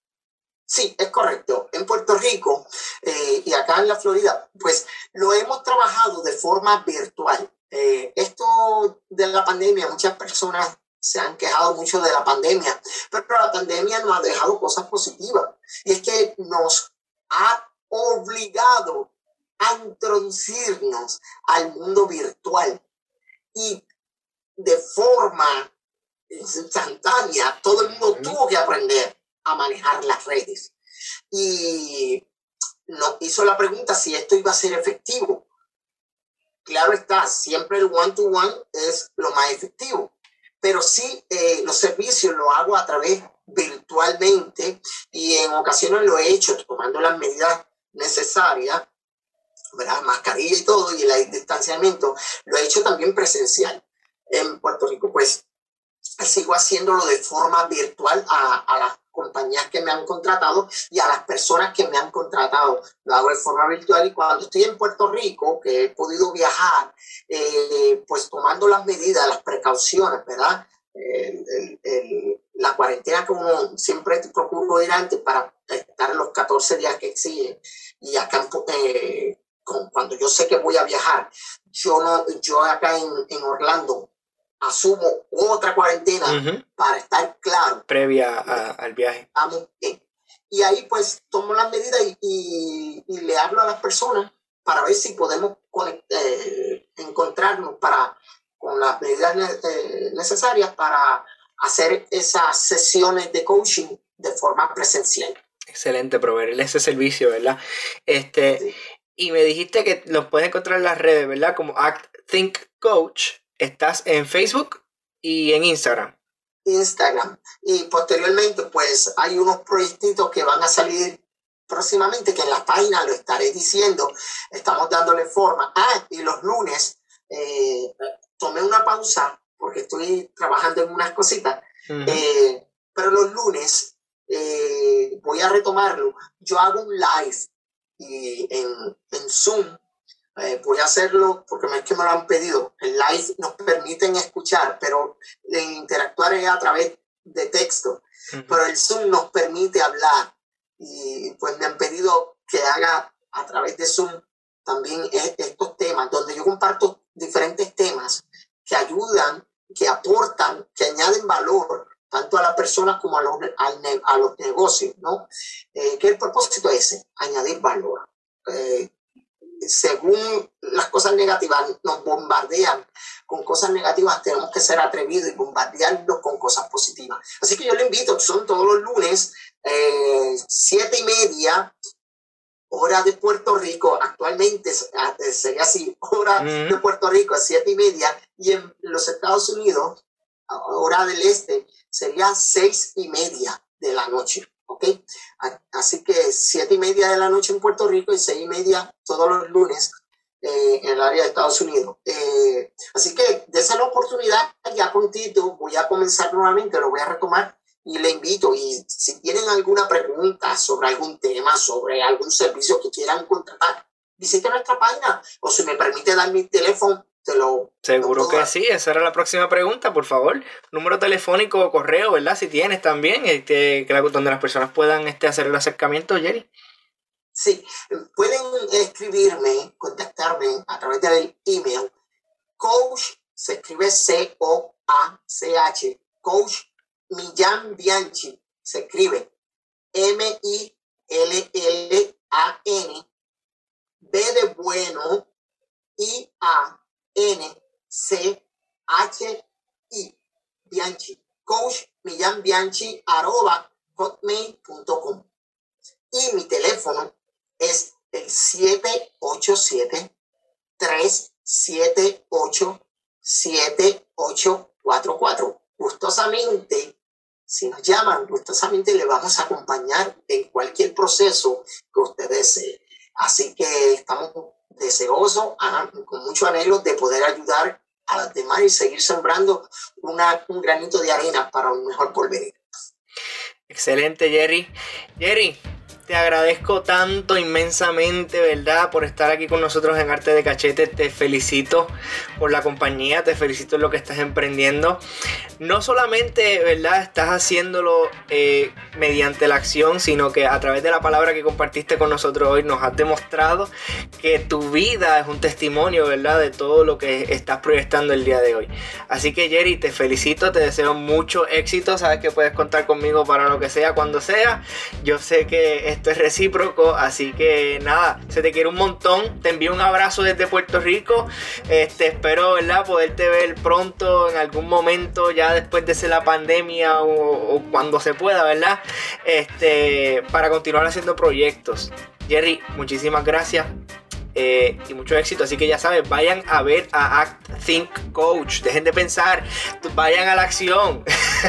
Sí, es correcto. En Puerto Rico eh, y acá en la Florida, pues lo hemos trabajado de forma virtual. Eh, esto de la pandemia, muchas personas se han quejado mucho de la pandemia, pero la pandemia nos ha dejado cosas positivas. Y es que nos ha obligado a introducirnos al mundo virtual. Y de forma instantánea, todo el mundo tuvo que aprender a manejar las redes. Y nos hizo la pregunta si esto iba a ser efectivo. Claro está, siempre el one-to-one es lo más efectivo. Pero sí, eh, los servicios los hago a través virtualmente y en ocasiones lo he hecho tomando las medidas necesarias, ¿verdad? Mascarilla y todo, y el distanciamiento, lo he hecho también presencial. En Puerto Rico, pues, sigo haciéndolo de forma virtual a, a las compañías que me han contratado y a las personas que me han contratado. Lo hago de forma virtual y cuando estoy en Puerto Rico, que he podido viajar, eh, pues tomando las medidas, las precauciones, ¿verdad? El, el, el, la cuarentena que uno siempre procuro ir antes para estar los catorce días que exigen. Y acá, eh, con, cuando yo sé que voy a viajar, yo, no, yo acá en, en Orlando, asumo otra cuarentena uh-huh. para estar claro. Previa a, al viaje. A mi, y ahí pues tomo las medidas y, y, y le hablo a las personas para ver si podemos conect, eh, encontrarnos para, con las medidas eh, necesarias para hacer esas sesiones de coaching de forma presencial. Excelente, proveerle ese servicio, ¿verdad? Este, sí. Y me dijiste que los puedes encontrar en las redes, ¿verdad? Como Act Think Coach. Estás en Facebook y en Instagram. Instagram. Y posteriormente, pues, hay unos proyectitos que van a salir próximamente, que en la página lo estaré diciendo. Estamos dándole forma. Ah, y los lunes eh, tomé una pausa porque estoy trabajando en unas cositas. Uh-huh. Eh, pero los lunes eh, voy a retomarlo. Yo hago un live y en, en Zoom. Eh, voy a hacerlo porque es que me lo han pedido. El live nos permiten escuchar, pero interactuar es a través de texto. Uh-huh. Pero el Zoom nos permite hablar. Y pues me han pedido que haga a través de Zoom también estos temas, donde yo comparto diferentes temas que ayudan, que aportan, que añaden valor tanto a las personas como a los, a, a los negocios, ¿no? Eh, que el propósito es ese, añadir valor. Eh, según las cosas negativas nos bombardean con cosas negativas, tenemos que ser atrevidos y bombardearlos con cosas positivas. Así que yo le invito, son todos los lunes, eh, siete y media, hora de Puerto Rico, actualmente sería así, hora mm. de Puerto Rico, siete y media, y en los Estados Unidos, hora del este, sería seis y media de la noche. ¿Okay? Así que siete y media de la noche en Puerto Rico y seis y media todos los lunes eh, en el área de Estados Unidos. Eh, así que dése la oportunidad, ya prontito voy a comenzar nuevamente, lo voy a retomar y le invito. Y si tienen alguna pregunta sobre algún tema, sobre algún servicio que quieran contratar, visiten nuestra página o si me permite dar mi teléfono. Lo, Seguro lo que sí, esa era la próxima pregunta, por favor. Número telefónico o correo, ¿verdad? Si tienes también, este, donde las personas puedan este, hacer el acercamiento, Jerry. Sí, pueden escribirme, contactarme a través del email. Coach, se escribe C O A C H, Coach Millán Bianchi, se escribe M I L L A N, B de bueno, I A N C H I, Bianchi, Coach Millán Bianchi, arroba hotmail punto com. Y mi teléfono es el siete ocho siete, tres siete ocho, siete ocho cuatro cuatro. Gustosamente, si nos llaman, gustosamente le vamos a acompañar en cualquier proceso que usted desee. Así que estamos deseoso, con mucho anhelo de poder ayudar a las demás y seguir sembrando una, un granito de arena para un mejor porvenir. Excelente, Jerry. Jerry, te agradezco tanto, inmensamente, ¿verdad? Por estar aquí con nosotros en Arte de Cachete. Te felicito por la compañía, te felicito en lo que estás emprendiendo. No solamente, ¿verdad? Estás haciéndolo eh, mediante la acción, sino que a través de la palabra que compartiste con nosotros hoy nos has demostrado que tu vida es un testimonio, ¿verdad? De todo lo que estás proyectando el día de hoy. Así que, Jerry, te felicito, te deseo mucho éxito. Sabes que puedes contar conmigo para lo que sea, cuando sea. Yo sé que esto es recíproco, así que nada, se te quiere un montón. Te envío un abrazo desde Puerto Rico. Este, espero, ¿verdad?, poderte ver pronto en algún momento, ya después de ser la pandemia o, o cuando se pueda, ¿verdad? Este, para continuar haciendo proyectos. Jerry, muchísimas gracias. Eh, y mucho éxito, así que ya sabes, vayan a ver a Act Think Coach, dejen de pensar, vayan a la acción.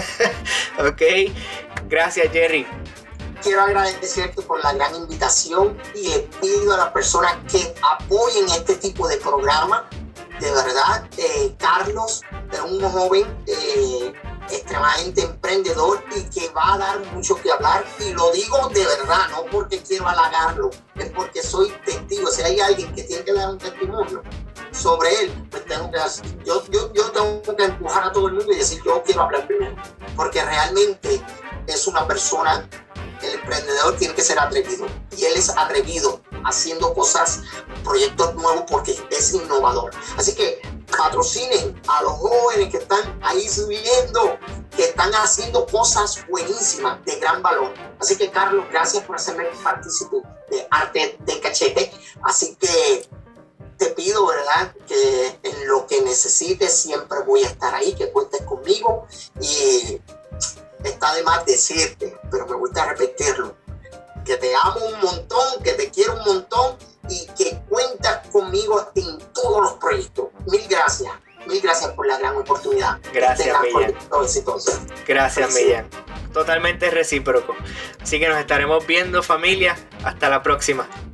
Ok, gracias, Jerry. Quiero agradecerte por la gran invitación y le pido a las personas que apoyen este tipo de programa. De verdad, eh, Carlos es un joven eh, extremadamente emprendedor y que va a dar mucho que hablar, y lo digo de verdad, no porque quiero halagarlo, es porque soy testigo. Si hay alguien que tiene que dar un testimonio sobre él, pues tengo que hacer, yo, yo, yo tengo que empujar a todo el mundo y decir yo quiero hablar primero, porque realmente es una persona. El emprendedor tiene que ser atrevido, y él es atrevido haciendo cosas, proyectos nuevos, porque es innovador. Así que patrocinen a los jóvenes que están ahí subiendo, que están haciendo cosas buenísimas, de gran valor. Así que, Carlos, gracias por hacerme partícipe de Arte de Cachete. Así que te pido, ¿verdad?, que en lo que necesites siempre voy a estar ahí, que cuentes conmigo. Y está de más decirte, pero me gusta repetirlo, que te amo un montón, que te quiero un montón y que cuentas conmigo en todos los proyectos. Mil gracias, mil gracias por la gran oportunidad. Gracias, Millán. Gracias, sí. Millán. Totalmente recíproco. Así que nos estaremos viendo, familia. Hasta la próxima.